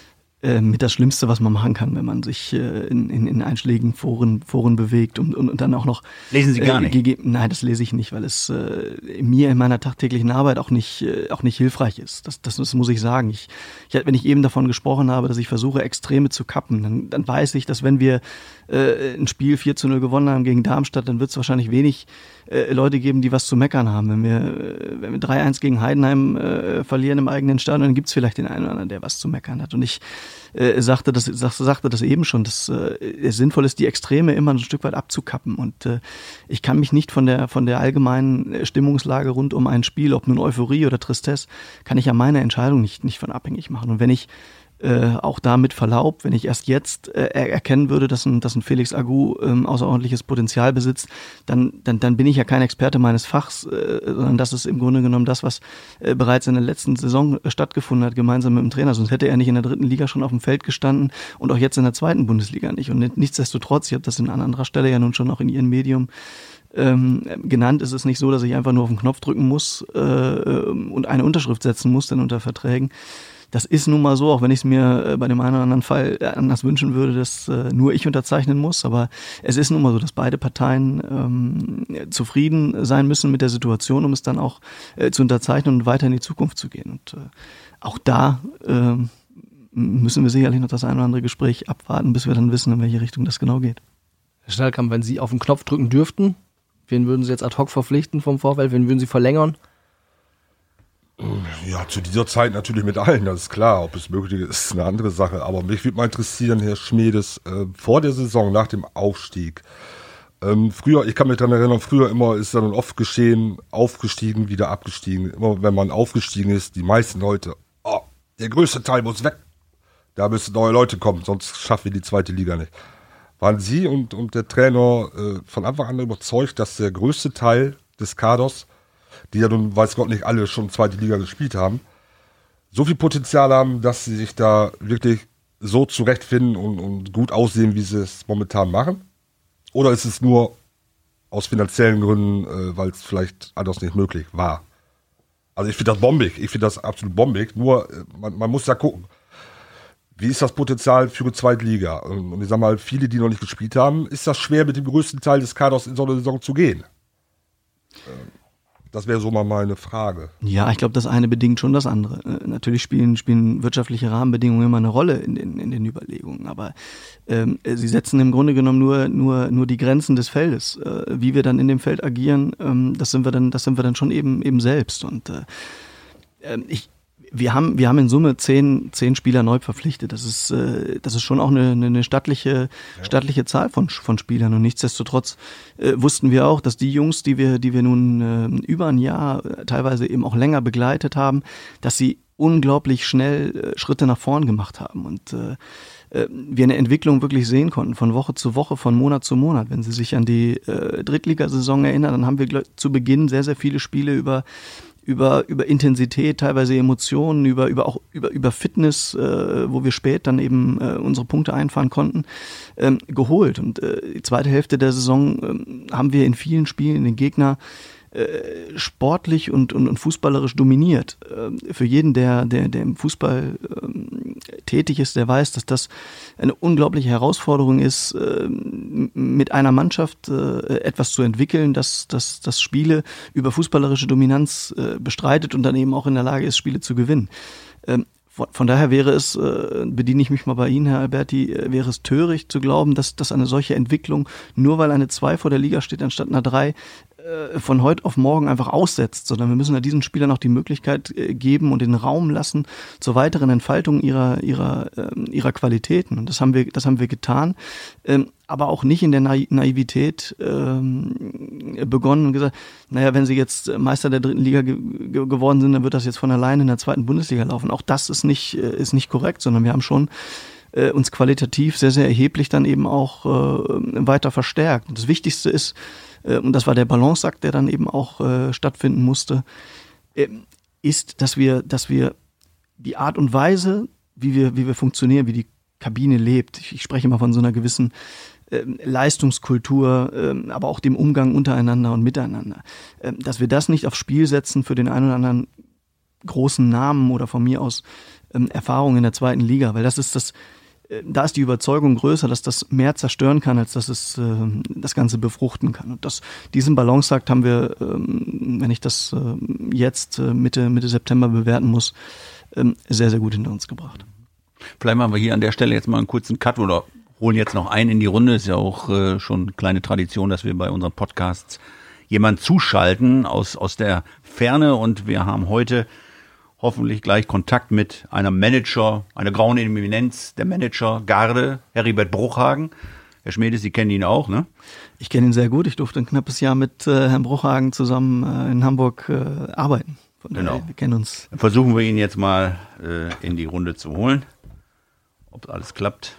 mit das Schlimmste, was man machen kann, wenn man sich äh, in, in, in einschlägigen Foren, Foren bewegt und, und, und dann auch noch... Lesen Sie gar äh, nicht? Gegeben, nein, das lese ich nicht, weil es äh, mir in meiner tagtäglichen Arbeit auch nicht, äh, auch nicht hilfreich ist. Das, das, das muss ich sagen. Ich, ich, wenn ich eben davon gesprochen habe, dass ich versuche, Extreme zu kappen, dann, dann weiß ich, dass wenn wir äh, ein Spiel vier zu null gewonnen haben gegen Darmstadt, dann wird es wahrscheinlich wenig äh, Leute geben, die was zu meckern haben. Wenn wir, äh, wenn wir drei eins gegen Heidenheim äh, verlieren im eigenen Stadion, dann gibt es vielleicht den einen oder anderen, der was zu meckern hat. Und ich äh, sagte, das, sagte, sagte das eben schon, dass äh, es sinnvoll ist, die Extreme immer ein Stück weit abzukappen. Und äh, ich kann mich nicht von der, von der allgemeinen Stimmungslage rund um ein Spiel, ob nun Euphorie oder Tristesse, kann ich ja meine Entscheidung nicht, nicht von abhängig machen. Und wenn ich Äh, auch da mit Verlaub, wenn ich erst jetzt äh, erkennen würde, dass ein, dass ein Felix Agu ähm, außerordentliches Potenzial besitzt, dann, dann, dann bin ich ja kein Experte meines Fachs, äh, sondern das ist im Grunde genommen das, was äh, bereits in der letzten Saison äh, stattgefunden hat, gemeinsam mit dem Trainer. Sonst hätte er nicht in der dritten Liga schon auf dem Feld gestanden und auch jetzt in der zweiten Bundesliga nicht. Und nichtsdestotrotz, ich habe das an anderer Stelle ja nun schon auch in Ihrem Medium Ähm, genannt, ist es nicht so, dass ich einfach nur auf den Knopf drücken muss äh, und eine Unterschrift setzen muss dann unter Verträgen. Das ist nun mal so, auch wenn ich es mir äh, bei dem einen oder anderen Fall äh, anders wünschen würde, dass äh, nur ich unterzeichnen muss. Aber es ist nun mal so, dass beide Parteien ähm, zufrieden sein müssen mit der Situation, um es dann auch äh, zu unterzeichnen und weiter in die Zukunft zu gehen. Und äh, auch da äh, müssen wir sicherlich noch das ein oder andere Gespräch abwarten, bis wir dann wissen, in welche Richtung das genau geht. Herr Stallkamp, wenn Sie auf den Knopf drücken dürften, wen würden Sie jetzt ad hoc verpflichten vom VfL? Wen würden Sie verlängern? Ja, zu dieser Zeit natürlich mit allen, das ist klar. Ob es möglich ist, ist eine andere Sache. Aber mich würde mal interessieren, Herr Schmedes, äh, vor der Saison, nach dem Aufstieg. Ähm, früher, ich kann mich daran erinnern, früher immer ist dann oft geschehen, aufgestiegen, wieder abgestiegen. Immer wenn man aufgestiegen ist, die meisten Leute, oh, der größte Teil muss weg. Da müssen neue Leute kommen, sonst schaffen wir die zweite Liga nicht. Waren Sie und, und der Trainer äh, von Anfang an überzeugt, dass der größte Teil des Kaders, die ja nun, weiß Gott, nicht alle schon zweite Liga gespielt haben, so viel Potenzial haben, dass sie sich da wirklich so zurechtfinden und, und gut aussehen, wie sie es momentan machen? Oder ist es nur aus finanziellen Gründen, äh, weil es vielleicht anders nicht möglich war? Also ich finde das bombig, ich finde das absolut bombig, nur äh, man, man muss ja gucken. Wie ist das Potenzial für eine zweite Liga? Und ich sag mal, viele, die noch nicht gespielt haben, ist das schwer, mit dem größten Teil des Kaders in so eine Saison zu gehen? Das wäre so mal meine Frage. Ja, ich glaube, das eine bedingt schon das andere. Natürlich spielen, spielen wirtschaftliche Rahmenbedingungen immer eine Rolle in den, in den Überlegungen, aber ähm, sie setzen im Grunde genommen nur, nur, nur die Grenzen des Feldes. Äh, wie wir dann in dem Feld agieren, ähm, das sind wir dann, das sind wir dann schon eben, eben selbst. Und äh, ich Wir haben, wir haben in Summe zehn, zehn Spieler neu verpflichtet. Das ist, äh, das ist schon auch eine, eine stattliche, stattliche Zahl von, von Spielern. Und nichtsdestotrotz äh, wussten wir auch, dass die Jungs, die wir, die wir nun äh, über ein Jahr, äh, teilweise eben auch länger begleitet haben, dass sie unglaublich schnell äh, Schritte nach vorn gemacht haben. Und äh, äh, wir eine Entwicklung wirklich sehen konnten, von Woche zu Woche, von Monat zu Monat. Wenn Sie sich an die äh, Drittligasaison erinnern, dann haben wir glaub, zu Beginn sehr, sehr viele Spiele über über über Intensität, teilweise Emotionen, über über auch über über Fitness, äh, wo wir spät dann eben äh, unsere Punkte einfahren konnten, ähm, geholt. Und äh, die zweite Hälfte der Saison ähm, haben wir in vielen Spielen den Gegner äh, sportlich und, und und fußballerisch dominiert. Äh, für jeden, der der der im Fußball äh, tätig ist, der weiß, dass das eine unglaubliche Herausforderung ist, äh, mit einer Mannschaft äh, etwas zu entwickeln, das, das, das Spiele über fußballerische Dominanz äh, bestreitet und dann eben auch in der Lage ist, Spiele zu gewinnen. Ähm, von, von daher wäre es, äh, bediene ich mich mal bei Ihnen, Herr Alberti, äh, wäre es töricht zu glauben, dass, dass eine solche Entwicklung, nur weil eine zwei vor der Liga steht anstatt einer drei, von heute auf morgen einfach aussetzt, sondern wir müssen ja diesen Spielern auch die Möglichkeit geben und den Raum lassen zur weiteren Entfaltung ihrer ihrer ihrer Qualitäten. Und das haben wir das haben wir getan, aber auch nicht in der Naivität begonnen und gesagt, naja, wenn sie jetzt Meister der dritten Liga ge- ge- geworden sind, dann wird das jetzt von alleine in der zweiten Bundesliga laufen. Auch das ist nicht ist nicht korrekt, sondern wir haben schon uns qualitativ sehr, sehr erheblich dann eben auch weiter verstärkt. Und das Wichtigste ist, und das war der Balanceakt, der dann eben auch äh, stattfinden musste, äh, ist, dass wir, dass wir die Art und Weise, wie wir, wie wir funktionieren, wie die Kabine lebt, ich, ich spreche mal von so einer gewissen äh, Leistungskultur, äh, aber auch dem Umgang untereinander und miteinander, äh, dass wir das nicht aufs Spiel setzen für den einen oder anderen großen Namen oder von mir aus äh, Erfahrung in der zweiten Liga, weil das ist das, da ist die Überzeugung größer, dass das mehr zerstören kann, als dass es äh, das Ganze befruchten kann. Und das, diesen Balanceakt haben wir, ähm, wenn ich das äh, jetzt äh, Mitte, Mitte September bewerten muss, ähm, sehr, sehr gut hinter uns gebracht. Vielleicht machen wir hier an der Stelle jetzt mal einen kurzen Cut oder holen jetzt noch einen in die Runde. Ist ja auch äh, schon eine kleine Tradition, dass wir bei unseren Podcasts jemanden zuschalten aus, aus der Ferne. Und wir haben heute hoffentlich gleich Kontakt mit einem Manager, einer grauen Eminenz der Manager-Garde, Heribert Bruchhagen. Herr Schmedes, Sie kennen ihn auch, ne? Ich kenne ihn sehr gut. Ich durfte ein knappes Jahr mit äh, Herrn Bruchhagen zusammen äh, in Hamburg äh, arbeiten. Von daher, genau. Wir kennen uns. Dann versuchen wir ihn jetzt mal äh, in die Runde zu holen, ob alles klappt.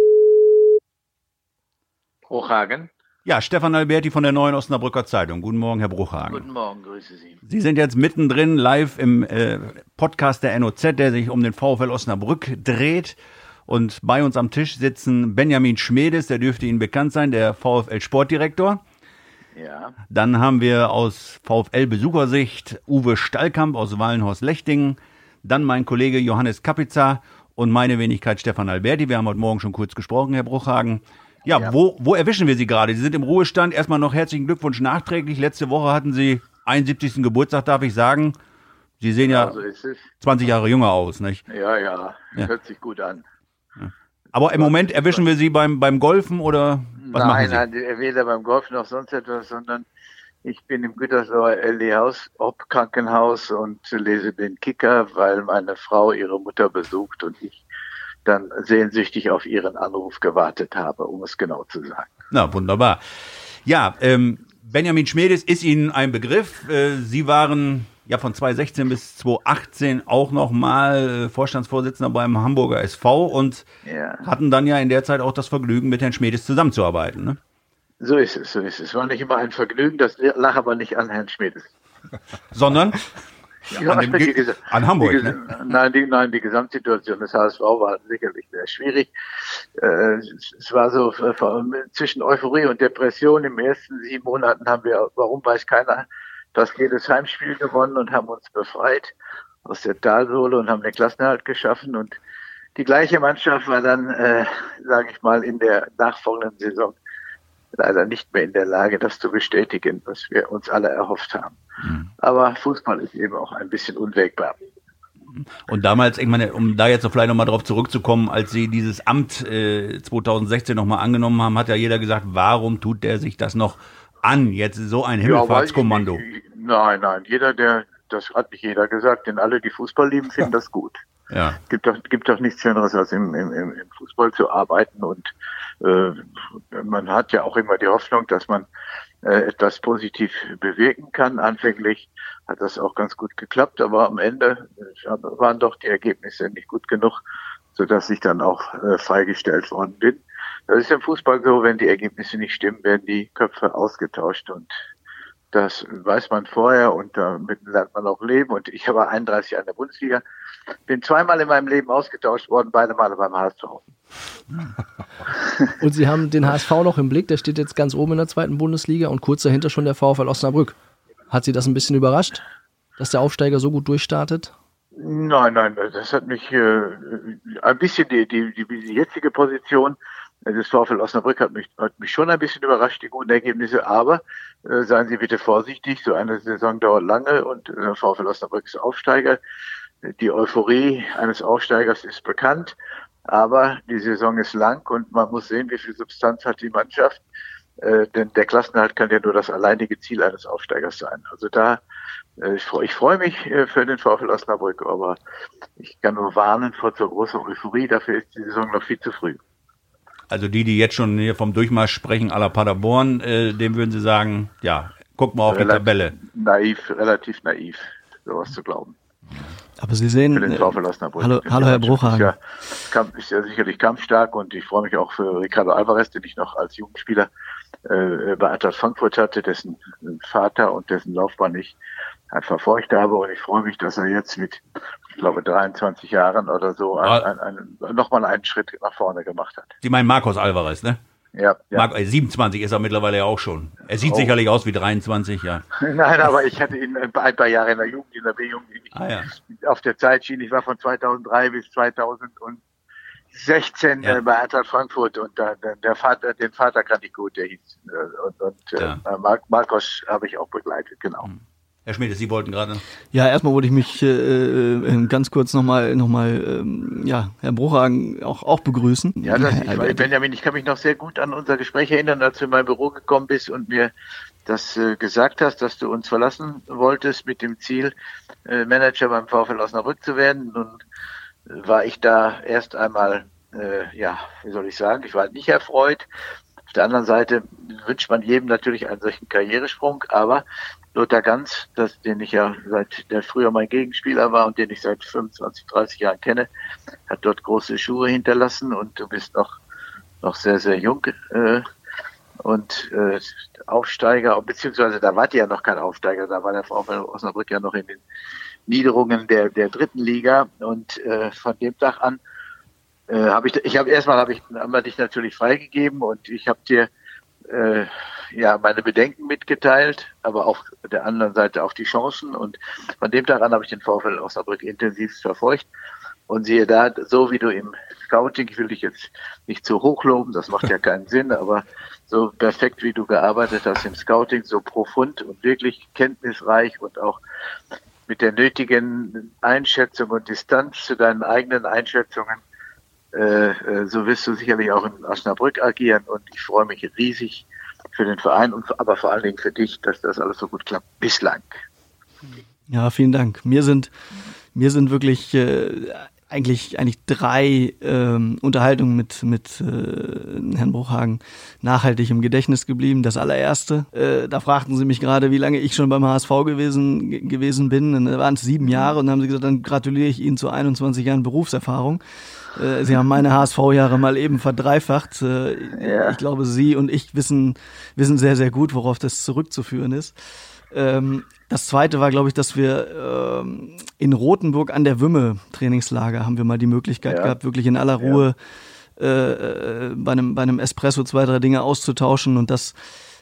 Bruchhagen. Ja, Stefan Alberti von der Neuen Osnabrücker Zeitung. Guten Morgen, Herr Bruchhagen. Guten Morgen, grüße Sie. Sie sind jetzt mittendrin live im äh, Podcast der N O Z, der sich um den VfL Osnabrück dreht. Und bei uns am Tisch sitzen Benjamin Schmedes, der dürfte Ihnen bekannt sein, der VfL-Sportdirektor. Ja. Dann haben wir aus VfL-Besuchersicht Uwe Stallkamp aus Wallenhorst-Lechtingen. Dann mein Kollege Johannes Kapitza und meine Wenigkeit Stefan Alberti. Wir haben heute Morgen schon kurz gesprochen, Herr Bruchhagen. Ja, ja. Wo, wo erwischen wir Sie gerade? Sie sind im Ruhestand. Erstmal noch herzlichen Glückwunsch nachträglich. Letzte Woche hatten Sie einundsiebzigsten Geburtstag, darf ich sagen. Sie sehen ja, ja so ist es. zwanzig Jahre jünger aus, nicht? Ja, ja, ja. Hört sich gut an. Ja. Aber im Moment erwischen wir Sie beim, beim Golfen oder was nein, machen Sie? Nein, nein, weder beim Golfen noch sonst etwas, sondern ich bin im Gütersloher L E Hauptkrankenhaus und lese den Kicker, weil meine Frau ihre Mutter besucht und ich dann sehnsüchtig auf Ihren Anruf gewartet habe, um es genau zu sagen. Na, wunderbar. Ja, ähm, Benjamin Schmedes ist Ihnen ein Begriff. Äh, Sie waren ja von zweitausendsechzehn bis zweitausendachtzehn auch nochmal äh, Vorstandsvorsitzender beim Hamburger S V und ja. hatten dann ja in der Zeit auch das Vergnügen, mit Herrn Schmedes zusammenzuarbeiten, ne? So ist es, so ist es. War nicht immer ein Vergnügen, das lag aber nicht an Herrn Schmedes. Sondern? Ja, an, dem, die, an Hamburg, die, ne? Nein, die, nein, die Gesamtsituation des H S V war sicherlich sehr schwierig. Äh, es war so äh, zwischen Euphorie und Depression. In den ersten sieben Monaten haben wir, warum weiß keiner, fast jedes Heimspiel gewonnen und haben uns befreit aus der Talsohle und haben den Klassenerhalt geschaffen. Und die gleiche Mannschaft war dann, äh, sage ich mal, in der nachfolgenden Saison leider nicht mehr in der Lage, das zu bestätigen, was wir uns alle erhofft haben. Mhm. Aber Fußball ist eben auch ein bisschen unwägbar. Und damals, ich meine, um da jetzt so vielleicht nochmal drauf zurückzukommen, als Sie dieses Amt äh, zweitausendsechzehn nochmal angenommen haben, hat ja jeder gesagt, warum tut der sich das noch an? Jetzt so ein Himmelfahrtskommando. Ja, ich, nein, nein, jeder, der, das hat nicht jeder gesagt, denn alle, die Fußball lieben, finden das gut. Ja. Gibt doch, gibt doch nichts Schöneres, als im, im, im Fußball zu arbeiten und äh, man hat ja auch immer die Hoffnung, dass man äh, etwas positiv bewirken kann. Anfänglich hat das auch ganz gut geklappt, aber am Ende waren doch die Ergebnisse nicht gut genug, sodass ich dann auch äh, freigestellt worden bin. Das ist im Fußball so, wenn die Ergebnisse nicht stimmen, werden die Köpfe ausgetauscht und das weiß man vorher und damit lernt man auch leben. Und ich war einunddreißig Jahre in der Bundesliga, bin zweimal in meinem Leben ausgetauscht worden, beide Male beim H S V. Und Sie haben den H S V noch im Blick, der steht jetzt ganz oben in der zweiten Bundesliga und kurz dahinter schon der VfL Osnabrück. Hat Sie das ein bisschen überrascht, dass der Aufsteiger so gut durchstartet? Nein, nein, das hat mich äh, ein bisschen die, die, die, die jetzige Position des VfL Osnabrück hat mich, hat mich schon ein bisschen überrascht, die guten Ergebnisse, aber äh, seien Sie bitte vorsichtig, so eine Saison dauert lange und äh, VfL Osnabrück ist Aufsteiger. Die Euphorie eines Aufsteigers ist bekannt, aber die Saison ist lang und man muss sehen, wie viel Substanz hat die Mannschaft, äh, denn der Klassenerhalt kann ja nur das alleinige Ziel eines Aufsteigers sein. Also da äh, ich, ich freue mich äh, für den VfL Osnabrück, aber ich kann nur warnen vor zur großen Euphorie, dafür ist die Saison noch viel zu früh. Also die, die jetzt schon hier vom Durchmarsch sprechen, à la Paderborn, äh, dem würden Sie sagen, ja, guck mal auf relativ die Tabelle. Naiv, relativ naiv, sowas zu glauben. Aber Sie sehen, für den VfL Osnabrück. hallo, hallo Herr Bruchhagen. Ist ja, Kampf, ist ja sicherlich kampfstark und ich freue mich auch für Ricardo Alvarez, den ich noch als Jugendspieler äh, bei Eintracht Frankfurt hatte, dessen Vater und dessen Laufbahn ich halt verfolgt habe und ich freue mich, dass er jetzt mit, ich glaube, dreiundzwanzig Jahren oder so ein, ein, ein, nochmal einen Schritt nach vorne gemacht hat. Sie meinen Marcos Alvarez, ne? Ja. ja. Marc, äh, siebenundzwanzig ist er mittlerweile ja auch schon. Er sieht oh. sicherlich aus wie dreiundzwanzig, ja. Nein, aber ich hatte ihn ein paar Jahre in der Jugend, in der B-Jugend, ah, ja. auf der Zeitschiene. Ich war von zweitausenddrei bis zweitausendsechzehn ja. bei Eintracht Frankfurt und da, der Vater, den Vater kannte ich gut, der hieß. Und, und ja. äh, Mar- Marcos habe ich auch begleitet, genau. Mhm. Herr Schmiede, Sie wollten gerade. Ja, erstmal wollte ich mich äh, ganz kurz nochmal, noch mal, ähm, ja, Herr Bruchhagen auch, auch begrüßen. Ja, das, ich, weil, Benjamin, ich kann mich noch sehr gut an unser Gespräch erinnern, als du in mein Büro gekommen bist und mir das äh, gesagt hast, dass du uns verlassen wolltest mit dem Ziel, äh, Manager beim VfL Osnabrück zu werden. Nun äh, war ich da erst einmal, äh, ja, wie soll ich sagen, ich war nicht erfreut. Auf der anderen Seite wünscht man jedem natürlich einen solchen Karrieresprung, aber Lothar Ganz, das, den ich ja seit, der früher mein Gegenspieler war und den ich seit fünfundzwanzig, dreißig Jahren kenne, hat dort große Schuhe hinterlassen und du bist noch, noch sehr, sehr jung, äh, und, äh, Aufsteiger, beziehungsweise da wart ihr ja noch kein Aufsteiger, da war der VfL Osnabrück ja noch in den Niederungen der, der dritten Liga und, äh, von dem Tag an, äh, habe ich, ich habe erstmal habe ich, haben wir dich natürlich freigegeben und ich habe dir, äh, ja, meine Bedenken mitgeteilt, aber auf der anderen Seite auch die Chancen. Und von dem Tag an habe ich den VfL Osnabrück intensiv verfolgt. Und siehe da, so wie du im Scouting, ich will dich jetzt nicht zu hoch loben, das macht ja keinen Sinn, aber so perfekt wie du gearbeitet hast im Scouting, so profund und wirklich kenntnisreich und auch mit der nötigen Einschätzung und Distanz zu deinen eigenen Einschätzungen, äh, so wirst du sicherlich auch in Osnabrück agieren. Und ich freue mich riesig für den Verein und aber vor allen Dingen für dich, dass das alles so gut klappt bislang. Ja, vielen Dank. Mir sind mir sind wirklich äh, eigentlich eigentlich drei ähm, Unterhaltungen mit mit äh, Herrn Bruchhagen nachhaltig im Gedächtnis geblieben. Das allererste, äh, da fragten Sie mich gerade, wie lange ich schon beim H S V gewesen g- gewesen bin. Und da waren es sieben Jahre und dann haben Sie gesagt, dann gratuliere ich Ihnen zu einundzwanzig Jahren Berufserfahrung. Sie haben meine H S V-Jahre mal eben verdreifacht. Ja. Ich glaube, Sie und ich wissen wissen sehr, sehr gut, worauf das zurückzuführen ist. Das Zweite war, glaube ich, dass wir in Rothenburg an der Wümme Trainingslager haben wir mal die Möglichkeit ja. gehabt, wirklich in aller Ruhe ja. bei einem bei einem Espresso zwei, drei Dinge auszutauschen. Und das,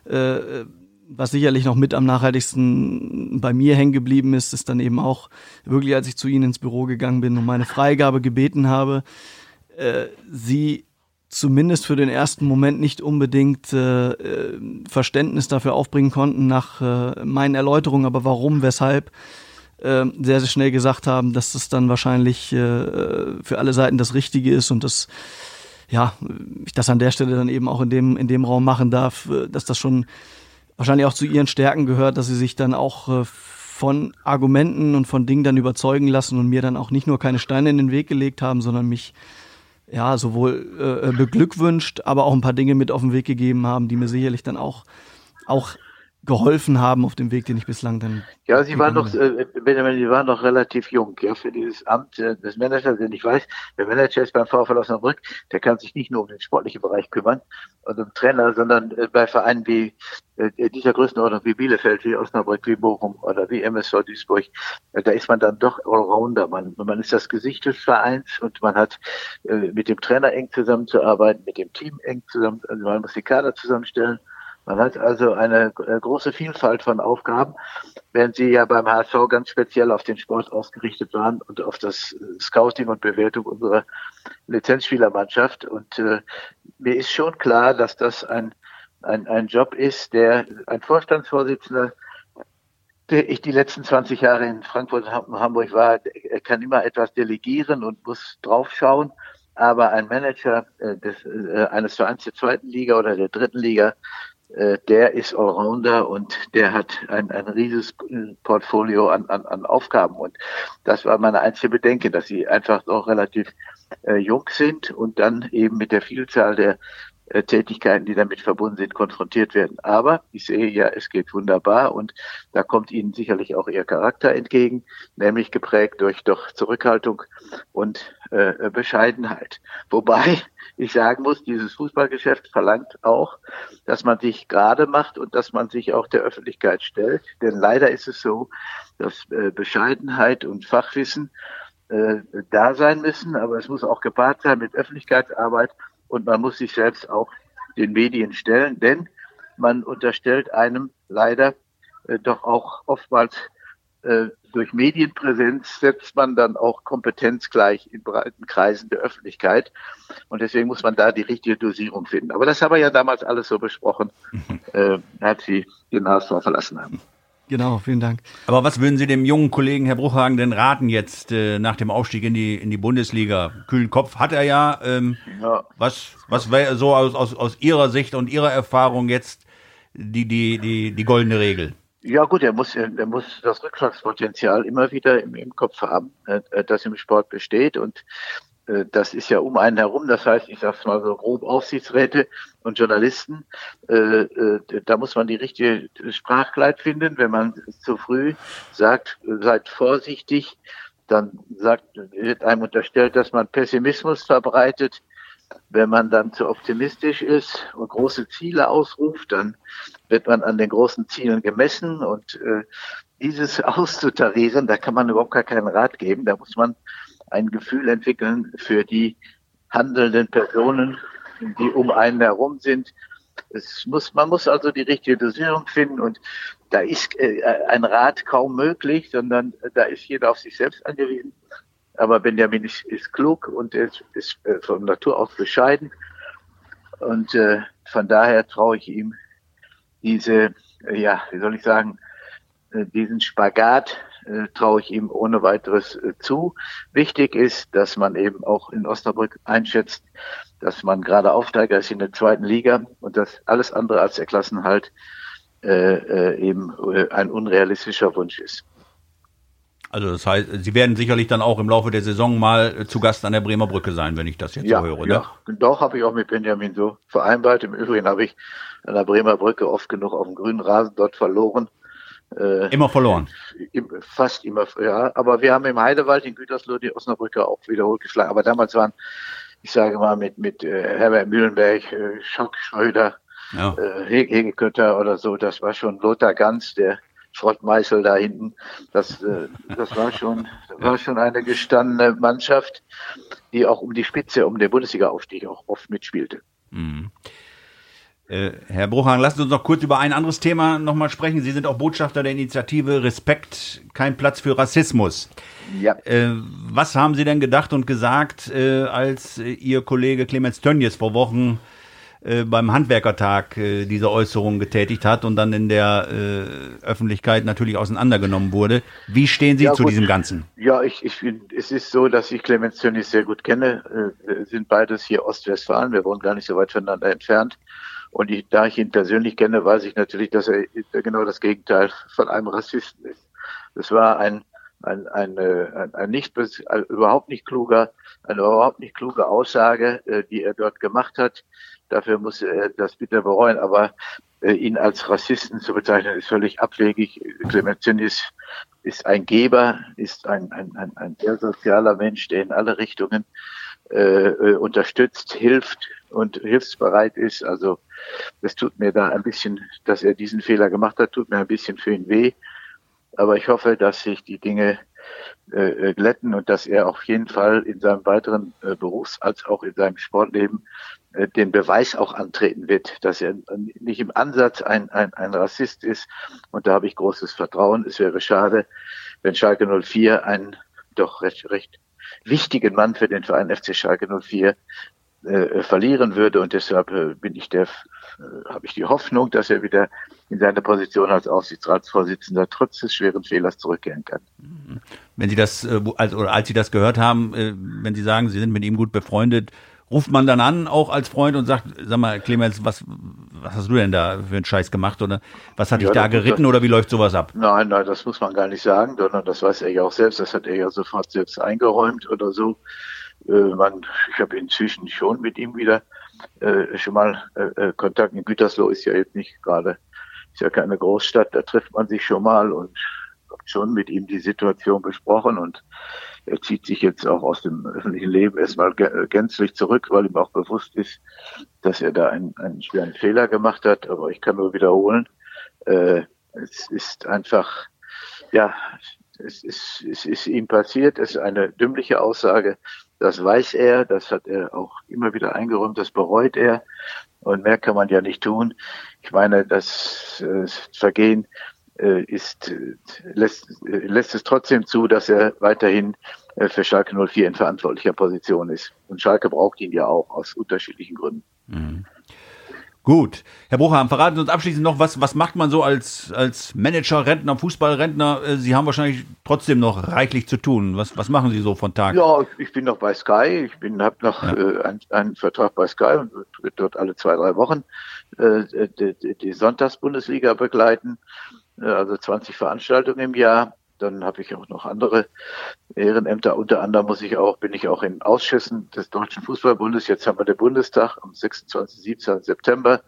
was sicherlich noch mit am nachhaltigsten bei mir hängen geblieben ist, ist dann eben auch wirklich, als ich zu Ihnen ins Büro gegangen bin und meine Freigabe gebeten habe, äh, Sie zumindest für den ersten Moment nicht unbedingt äh, Verständnis dafür aufbringen konnten nach äh, meinen Erläuterungen, aber warum, weshalb, äh, sehr, sehr schnell gesagt haben, dass das dann wahrscheinlich äh, für alle Seiten das Richtige ist und das, ja, ich das an der Stelle dann eben auch in dem, in dem Raum machen darf, dass das schon wahrscheinlich auch zu ihren Stärken gehört, dass sie sich dann auch äh, von Argumenten und von Dingen dann überzeugen lassen und mir dann auch nicht nur keine Steine in den Weg gelegt haben, sondern mich ja sowohl äh, beglückwünscht, aber auch ein paar Dinge mit auf den Weg gegeben haben, die mir sicherlich dann auch auch geholfen haben auf dem Weg, den ich bislang dann... Ja, Sie waren noch, äh, Benjamin, Sie waren noch relativ jung, ja, für dieses Amt äh, des Managers, denn ich weiß, der Manager ist beim VfL Osnabrück, der kann sich nicht nur um den sportlichen Bereich kümmern und um Trainer, sondern äh, bei Vereinen wie äh, dieser Größenordnung wie Bielefeld, wie Osnabrück, wie Bochum oder wie M S V Duisburg, äh, da ist man dann doch Allrounder, man, man ist das Gesicht des Vereins und man hat äh, mit dem Trainer eng zusammenzuarbeiten, mit dem Team eng zusammen, also man muss die Kader zusammenstellen. Man hat also eine äh, große Vielfalt von Aufgaben, während Sie ja beim H S V ganz speziell auf den Sport ausgerichtet waren und auf das äh, Scouting und Bewertung unserer Lizenzspielermannschaft. Und äh, mir ist schon klar, dass das ein, ein, ein Job ist, der ein Vorstandsvorsitzender, der ich die letzten zwanzig Jahre in Frankfurt und Hamburg war, er kann immer etwas delegieren und muss draufschauen. Aber ein Manager äh, des, äh, eines Vereins der zweiten Liga oder der dritten Liga, äh, der ist Allrounder und der hat ein, ein riesiges Portfolio an, an, an Aufgaben. Und das war meine einzige Bedenke, dass sie einfach noch relativ äh, jung sind und dann eben mit der Vielzahl der äh, Tätigkeiten, die damit verbunden sind, konfrontiert werden. Aber ich sehe ja, es geht wunderbar und da kommt ihnen sicherlich auch ihr Charakter entgegen, nämlich geprägt durch doch Zurückhaltung und äh, Bescheidenheit. Wobei ich sagen muss, dieses Fußballgeschäft verlangt auch, dass man sich gerade macht und dass man sich auch der Öffentlichkeit stellt. Denn leider ist es so, dass äh, Bescheidenheit und Fachwissen äh, da sein müssen, aber es muss auch gepaart sein mit Öffentlichkeitsarbeit und man muss sich selbst auch den Medien stellen, denn man unterstellt einem leider äh, doch auch oftmals äh, durch Medienpräsenz setzt man dann auch Kompetenz gleich in breiten Kreisen der Öffentlichkeit. Und deswegen muss man da die richtige Dosierung finden. Aber das haben wir ja damals alles so besprochen, äh, als Sie den H S V verlassen haben. Genau, vielen Dank. Aber was würden Sie dem jungen Kollegen, Herr Bruchhagen, denn raten jetzt äh, nach dem Aufstieg in die in die Bundesliga? Kühlen Kopf hat er ja. Ähm, ja. Was was wäre so aus, aus aus Ihrer Sicht und Ihrer Erfahrung jetzt die die die die goldene Regel? Ja gut, er muss er muss das Rückschlagspotenzial immer wieder im, im Kopf haben, äh, das im Sport besteht und äh, das ist ja um einen herum, das heißt, ich sag's mal so grob, Aufsichtsräte und Journalisten, äh, äh, da muss man die richtige Sprachgleit finden. Wenn man zu früh sagt, seid vorsichtig, dann sagt, wird einem unterstellt, dass man Pessimismus verbreitet. Wenn man dann zu optimistisch ist und große Ziele ausruft, dann wird man an den großen Zielen gemessen und äh, dieses auszutarieren, da kann man überhaupt gar keinen Rat geben. Da muss man ein Gefühl entwickeln für die handelnden Personen, die um einen herum sind. Es muss, man muss also die richtige Dosierung finden und da ist äh, ein Rat kaum möglich, sondern da ist jeder auf sich selbst angewiesen. Aber Benjamin ist, ist klug und ist, ist äh, von Natur aus bescheiden. Und äh, von daher traue ich ihm diese, äh, ja, wie soll ich sagen, äh, diesen Spagat äh, traue ich ihm ohne weiteres äh, zu. Wichtig ist, dass man eben auch in Osnabrück einschätzt, dass man gerade Aufsteiger ist in der zweiten Liga und dass alles andere als der Klassenhalt äh, äh, eben äh, ein unrealistischer Wunsch ist. Also das heißt, Sie werden sicherlich dann auch im Laufe der Saison mal zu Gast an der Bremer Brücke sein, wenn ich das jetzt ja, so höre, ja. ne? Doch, habe ich auch mit Benjamin so vereinbart. Im Übrigen habe ich an der Bremer Brücke oft genug auf dem grünen Rasen dort verloren. Äh, immer verloren? Fast immer, ja. Aber wir haben im Heidewald in Gütersloh die Osnabrücker auch wiederholt geschlagen. Aber damals waren, ich sage mal, mit, mit äh, Herbert Mühlenberg, äh, Schock, Schröder, ja. äh, Hegekötter oder so, das war schon Lothar Ganz, der Schrottmeißel da hinten, das, äh, das war schon, war schon eine gestandene Mannschaft, die auch um die Spitze, um den Bundesliga-Aufstieg auch oft mitspielte. Mhm. Äh, Herr Bruchhagen, lassen Sie uns noch kurz über ein anderes Thema nochmal sprechen. Sie sind auch Botschafter der Initiative Respekt, kein Platz für Rassismus. Ja. Äh, was haben Sie denn gedacht und gesagt, äh, als äh, Ihr Kollege Clemens Tönnies vor Wochen äh, beim Handwerkertag äh, diese Äußerung getätigt hat und dann in der äh, Öffentlichkeit natürlich auseinandergenommen wurde? Wie stehen Sie ja, zu gut. diesem Ganzen? Ja, ich, ich finde, es ist so, dass ich Clemens Tönnies sehr gut kenne. Äh, wir sind beides hier Ostwestfalen, wir wohnen gar nicht so weit voneinander entfernt. Und ich, da ich ihn persönlich kenne, weiß ich natürlich, dass er genau das Gegenteil von einem Rassisten ist. Das war ein ein ein, ein, ein nicht ein, überhaupt nicht kluger, eine überhaupt nicht kluge Aussage, äh, die er dort gemacht hat. Dafür muss er das bitte bereuen, aber äh, ihn als Rassisten zu bezeichnen, ist völlig abwegig. Clemens Tönnies ist ein Geber, ist ein ein ein, ein sehr sozialer Mensch, der in alle Richtungen äh, unterstützt, hilft und hilfsbereit ist. Also es tut mir da ein bisschen, dass er diesen Fehler gemacht hat, tut mir ein bisschen für ihn weh. Aber ich hoffe, dass sich die Dinge äh, glätten und dass er auf jeden Fall in seinem weiteren äh, Berufs- als auch in seinem Sportleben äh, den Beweis auch antreten wird, dass er nicht im Ansatz ein, ein, ein Rassist ist. Und da habe ich großes Vertrauen. Es wäre schade, wenn Schalke null vier einen doch recht, recht wichtigen Mann für den Verein F C Schalke null vier äh, verlieren würde. Und deshalb äh, bin ich der, äh, habe ich die Hoffnung, dass er wieder in seine Position als Aufsichtsratsvorsitzender trotz des schweren Fehlers zurückkehren kann. Wenn Sie das, äh, als, oder als Sie das gehört haben, äh, wenn Sie sagen, Sie sind mit ihm gut befreundet, ruft man dann an, auch als Freund, und sagt, sag mal, Clemens, was, was hast du denn da für einen Scheiß gemacht, oder was hat dich Ja, da das- geritten, das- oder wie läuft sowas ab? Nein, nein, das muss man gar nicht sagen, sondern das weiß er ja auch selbst. Das hat er ja sofort selbst eingeräumt oder so. Äh, man, ich habe inzwischen schon mit ihm wieder äh, schon mal äh, Kontakt. In Gütersloh ist ja jetzt nicht gerade, ist ja keine Großstadt, da trifft man sich schon mal und habe schon mit ihm die Situation besprochen, und er zieht sich jetzt auch aus dem öffentlichen Leben erstmal gänzlich zurück, weil ihm auch bewusst ist, dass er da einen, einen schweren Fehler gemacht hat. Aber ich kann nur wiederholen, äh, es ist einfach, ja, es ist, es ist ihm passiert, es ist eine dümmliche Aussage. Das weiß er, das hat er auch immer wieder eingeräumt, das bereut er. Und mehr kann man ja nicht tun. Ich meine, das äh, Vergehen äh, ist, äh, lässt, äh, lässt es trotzdem zu, dass er weiterhin äh, für Schalke null vier in verantwortlicher Position ist. Und Schalke braucht ihn ja auch aus unterschiedlichen Gründen. Mhm. Gut. Herr Bruchham, verraten Sie uns abschließend noch, was, was macht man so als, als Manager, Rentner, Fußballrentner? Äh, Sie haben wahrscheinlich trotzdem noch reichlich zu tun. Was, was machen Sie so von Tag? Ja, ich bin noch bei Sky. Ich bin, habe noch Ja. äh, einen, einen Vertrag bei Sky und wird dort alle zwei, drei Wochen äh, die, die, die Sonntagsbundesliga begleiten. Äh, also zwanzig Veranstaltungen im Jahr. Dann habe ich auch noch andere Ehrenämter. Unter anderem muss ich auch, bin ich auch in Ausschüssen des Deutschen Fußballbundes. Jetzt haben wir den Bundestag am sechsundzwanzigsten, siebzehnten September.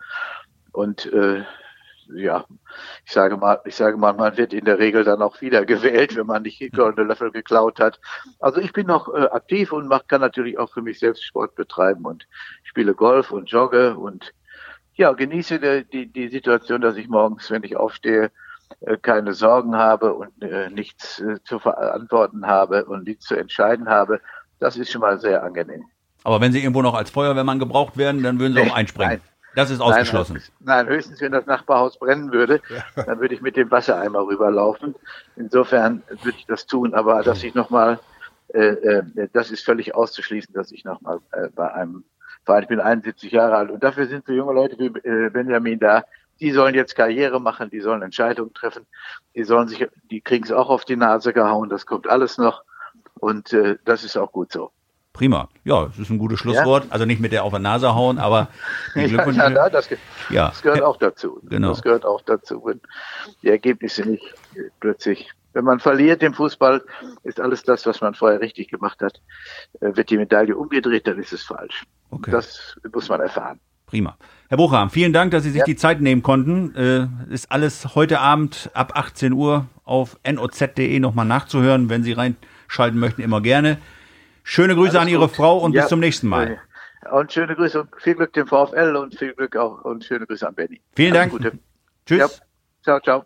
Und äh, ja, ich sage mal, ich sage mal, man wird in der Regel dann auch wieder gewählt, wenn man nicht die goldene Löffel geklaut hat. Also ich bin noch äh, aktiv und mach, kann natürlich auch für mich selbst Sport betreiben und spiele Golf und jogge und ja, genieße die, die, die Situation, dass ich morgens, wenn ich aufstehe, keine Sorgen habe und äh, nichts äh, zu verantworten habe und nichts zu entscheiden habe. Das ist schon mal sehr angenehm. Aber wenn Sie irgendwo noch als Feuerwehrmann gebraucht werden, dann würden Sie Nee, auch einspringen. nein. Das ist ausgeschlossen. Nein, nein, höchstens, wenn das Nachbarhaus brennen würde, ja. Dann würde ich mit dem Wassereimer rüberlaufen. Insofern würde ich das tun, aber dass ich nochmal, äh, äh, das ist völlig auszuschließen, dass ich nochmal äh, bei einem Verein, ich bin einundsiebzig Jahre alt und dafür sind so junge Leute wie äh, Benjamin da. Die sollen jetzt Karriere machen, die sollen Entscheidungen treffen, die sollen sich, die kriegen es auch auf die Nase gehauen, das kommt alles noch und äh, das ist auch gut so. Prima. Ja, das ist ein gutes Schlusswort. Ja. Also nicht mit der auf die Nase hauen, aber die Glückwünsche. Ja, ja, das, ja. das gehört auch dazu. Genau. Das gehört auch dazu. Wenn die Ergebnisse nicht plötzlich, wenn man verliert im Fußball, ist alles das, was man vorher richtig gemacht hat, wird die Medaille umgedreht, dann ist es falsch. Okay. Das muss man erfahren. Prima. Herr Bruchham, vielen Dank, dass Sie sich ja. die Zeit nehmen konnten. Äh, ist alles heute Abend ab achtzehn Uhr auf N O Z punkt de nochmal nachzuhören. Wenn Sie reinschalten möchten, immer gerne. Schöne Grüße alles an Ihre gut. Frau und ja. bis zum nächsten Mal. Und schöne Grüße und viel Glück dem VfL und viel Glück auch und schöne Grüße an Benny. Vielen alles Dank. Gute. Tschüss. Ja. Ciao, ciao.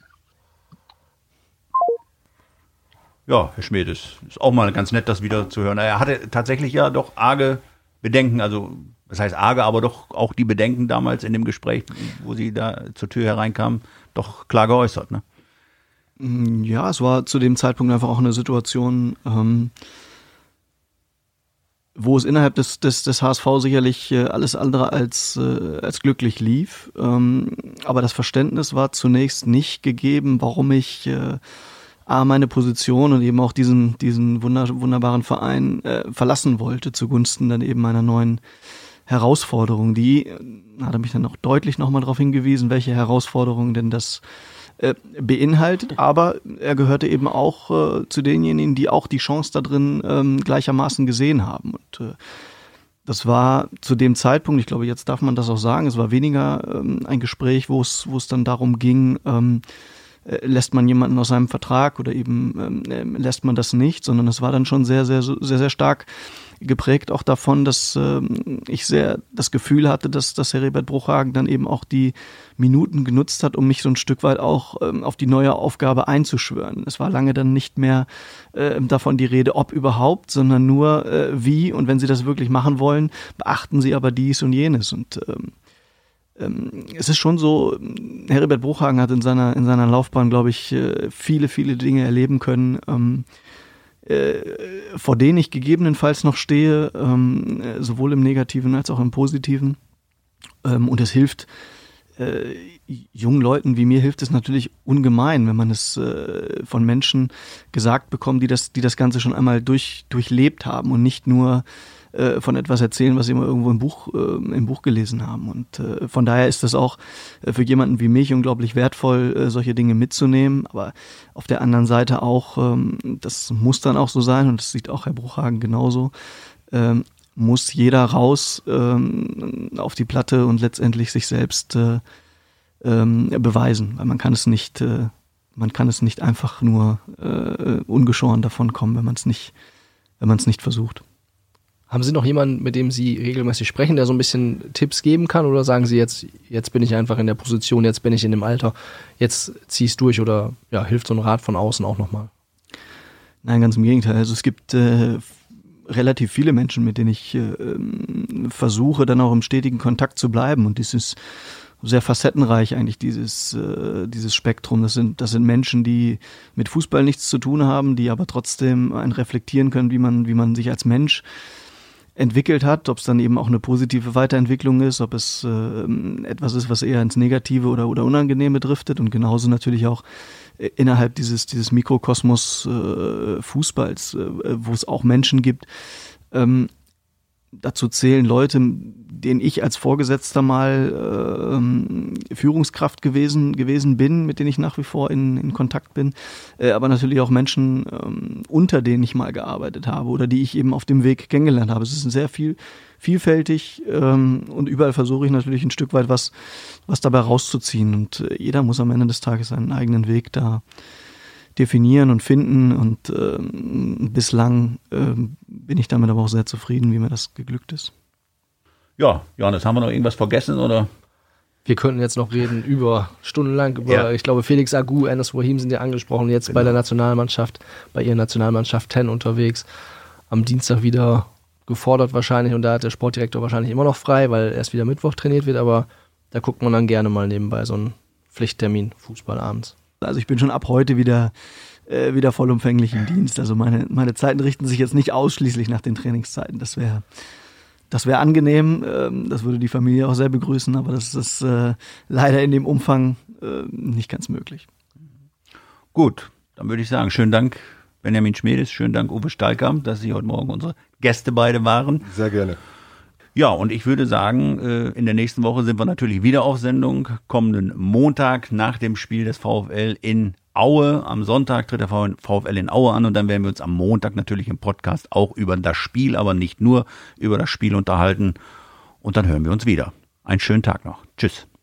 Ja, Herr Schmidt, ist, ist auch mal ganz nett, das wieder zu hören. Er hatte tatsächlich ja doch arge Bedenken, also das heißt arge, aber doch auch die Bedenken damals in dem Gespräch, wo Sie da zur Tür hereinkamen, doch klar geäußert, ne? Ja, es war zu dem Zeitpunkt einfach auch eine Situation, ähm, wo es innerhalb des, des, des H S V sicherlich äh, alles andere als, äh, als glücklich lief. Ähm, aber das Verständnis war zunächst nicht gegeben, warum ich äh, A, meine Position und eben auch diesen, diesen wunder, wunderbaren Verein äh, verlassen wollte, zugunsten dann eben meiner neuen Herausforderung. Die hat er mich dann auch deutlich nochmal darauf hingewiesen, welche Herausforderungen denn das äh, beinhaltet. Aber er gehörte eben auch äh, zu denjenigen, die auch die Chance da drin ähm, gleichermaßen gesehen haben. Und äh, das war zu dem Zeitpunkt, ich glaube, jetzt darf man das auch sagen, es war weniger ähm, ein Gespräch, wo es, wo es dann darum ging, ähm, lässt man jemanden aus seinem Vertrag oder eben ähm, lässt man das nicht, sondern es war dann schon sehr, sehr, sehr, sehr stark geprägt auch davon, dass ähm, ich sehr das Gefühl hatte, dass, dass Heribert Bruchhagen dann eben auch die Minuten genutzt hat, um mich so ein Stück weit auch ähm, auf die neue Aufgabe einzuschwören. Es war lange dann nicht mehr äh, davon die Rede, ob überhaupt, sondern nur äh, wie. Und wenn Sie das wirklich machen wollen, beachten Sie aber dies und jenes. Und ähm, ähm, es ist schon so, Heribert Bruchhagen hat in seiner, in seiner Laufbahn, glaube ich, äh, viele, viele Dinge erleben können, ähm, äh, vor denen ich gegebenenfalls noch stehe, ähm, sowohl im Negativen als auch im Positiven. Ähm, und es hilft, Äh, jungen Leuten wie mir hilft es natürlich ungemein, wenn man es äh, von Menschen gesagt bekommt, die das, die das Ganze schon einmal durch, durchlebt haben und nicht nur äh, von etwas erzählen, was sie mal irgendwo im Buch, äh, im Buch gelesen haben. Und äh, von daher ist das auch äh, für jemanden wie mich unglaublich wertvoll, äh, solche Dinge mitzunehmen. Aber auf der anderen Seite auch, ähm, das muss dann auch so sein, und das sieht auch Herr Bruchhagen genauso, ähm, muss jeder raus ähm, auf die Platte und letztendlich sich selbst äh, ähm, beweisen, weil man kann es nicht, äh, man kann es nicht einfach nur äh, ungeschoren davon kommen, wenn man es nicht, wenn man es nicht versucht. Haben Sie noch jemanden, mit dem Sie regelmäßig sprechen, der so ein bisschen Tipps geben kann, oder sagen Sie jetzt, jetzt bin ich einfach in der Position, jetzt bin ich in dem Alter, jetzt zieh es durch, oder ja, hilft so ein Rat von außen auch nochmal? Nein, ganz im Gegenteil. Also es gibt äh, relativ viele Menschen, mit denen ich äh, versuche, dann auch im stetigen Kontakt zu bleiben. Und das ist sehr facettenreich eigentlich, dieses, äh, dieses Spektrum. Das sind, das sind Menschen, die mit Fußball nichts zu tun haben, die aber trotzdem einen reflektieren können, wie man, wie man sich als Mensch entwickelt hat, ob es dann eben auch eine positive Weiterentwicklung ist, ob es äh, etwas ist, was eher ins Negative oder, oder Unangenehme driftet, und genauso natürlich auch äh, innerhalb dieses, dieses Mikrokosmos äh, Fußballs, äh, wo es auch Menschen gibt. Ähm, dazu zählen Leute, denen ich als Vorgesetzter mal äh, Führungskraft gewesen, gewesen bin, mit denen ich nach wie vor in, in Kontakt bin, äh, aber natürlich auch Menschen, ähm, unter denen ich mal gearbeitet habe oder die ich eben auf dem Weg kennengelernt habe. Es ist sehr viel, vielfältig ähm, und überall versuche ich natürlich ein Stück weit was, was dabei rauszuziehen, und äh, jeder muss am Ende des Tages seinen eigenen Weg da definieren und finden, und äh, bislang äh, bin ich damit aber auch sehr zufrieden, wie mir das geglückt ist. Ja, Johannes, haben wir noch irgendwas vergessen, oder? Wir könnten jetzt noch reden über, stundenlang über, Ja. ich glaube, Felix Agu, Enes Wahim sind ja angesprochen, jetzt Genau. bei der Nationalmannschaft, bei ihrer Nationalmannschaft zehn unterwegs, am Dienstag wieder gefordert wahrscheinlich, und da hat der Sportdirektor wahrscheinlich immer noch frei, weil erst wieder Mittwoch trainiert wird, aber da guckt man dann gerne mal nebenbei so einen Pflichttermin, Fußball abends. Also ich bin schon ab heute wieder, äh, wieder vollumfänglich im Dienst. Also meine, meine Zeiten richten sich jetzt nicht ausschließlich nach den Trainingszeiten. Das wäre das wäre angenehm. Ähm, das würde die Familie auch sehr begrüßen, aber das ist äh, leider in dem Umfang äh, nicht ganz möglich. Gut, dann würde ich sagen, schönen Dank Benjamin Schmedes, schönen Dank Uwe Stallkamp, dass Sie heute Morgen unsere Gäste beide waren. Sehr gerne. Ja, und ich würde sagen, in der nächsten Woche sind wir natürlich wieder auf Sendung. Kommenden Montag nach dem Spiel des VfL in Aue. Am Sonntag tritt der VfL in Aue an, und dann werden wir uns am Montag natürlich im Podcast auch über das Spiel, aber nicht nur über das Spiel unterhalten. Und dann hören wir uns wieder. Einen schönen Tag noch. Tschüss.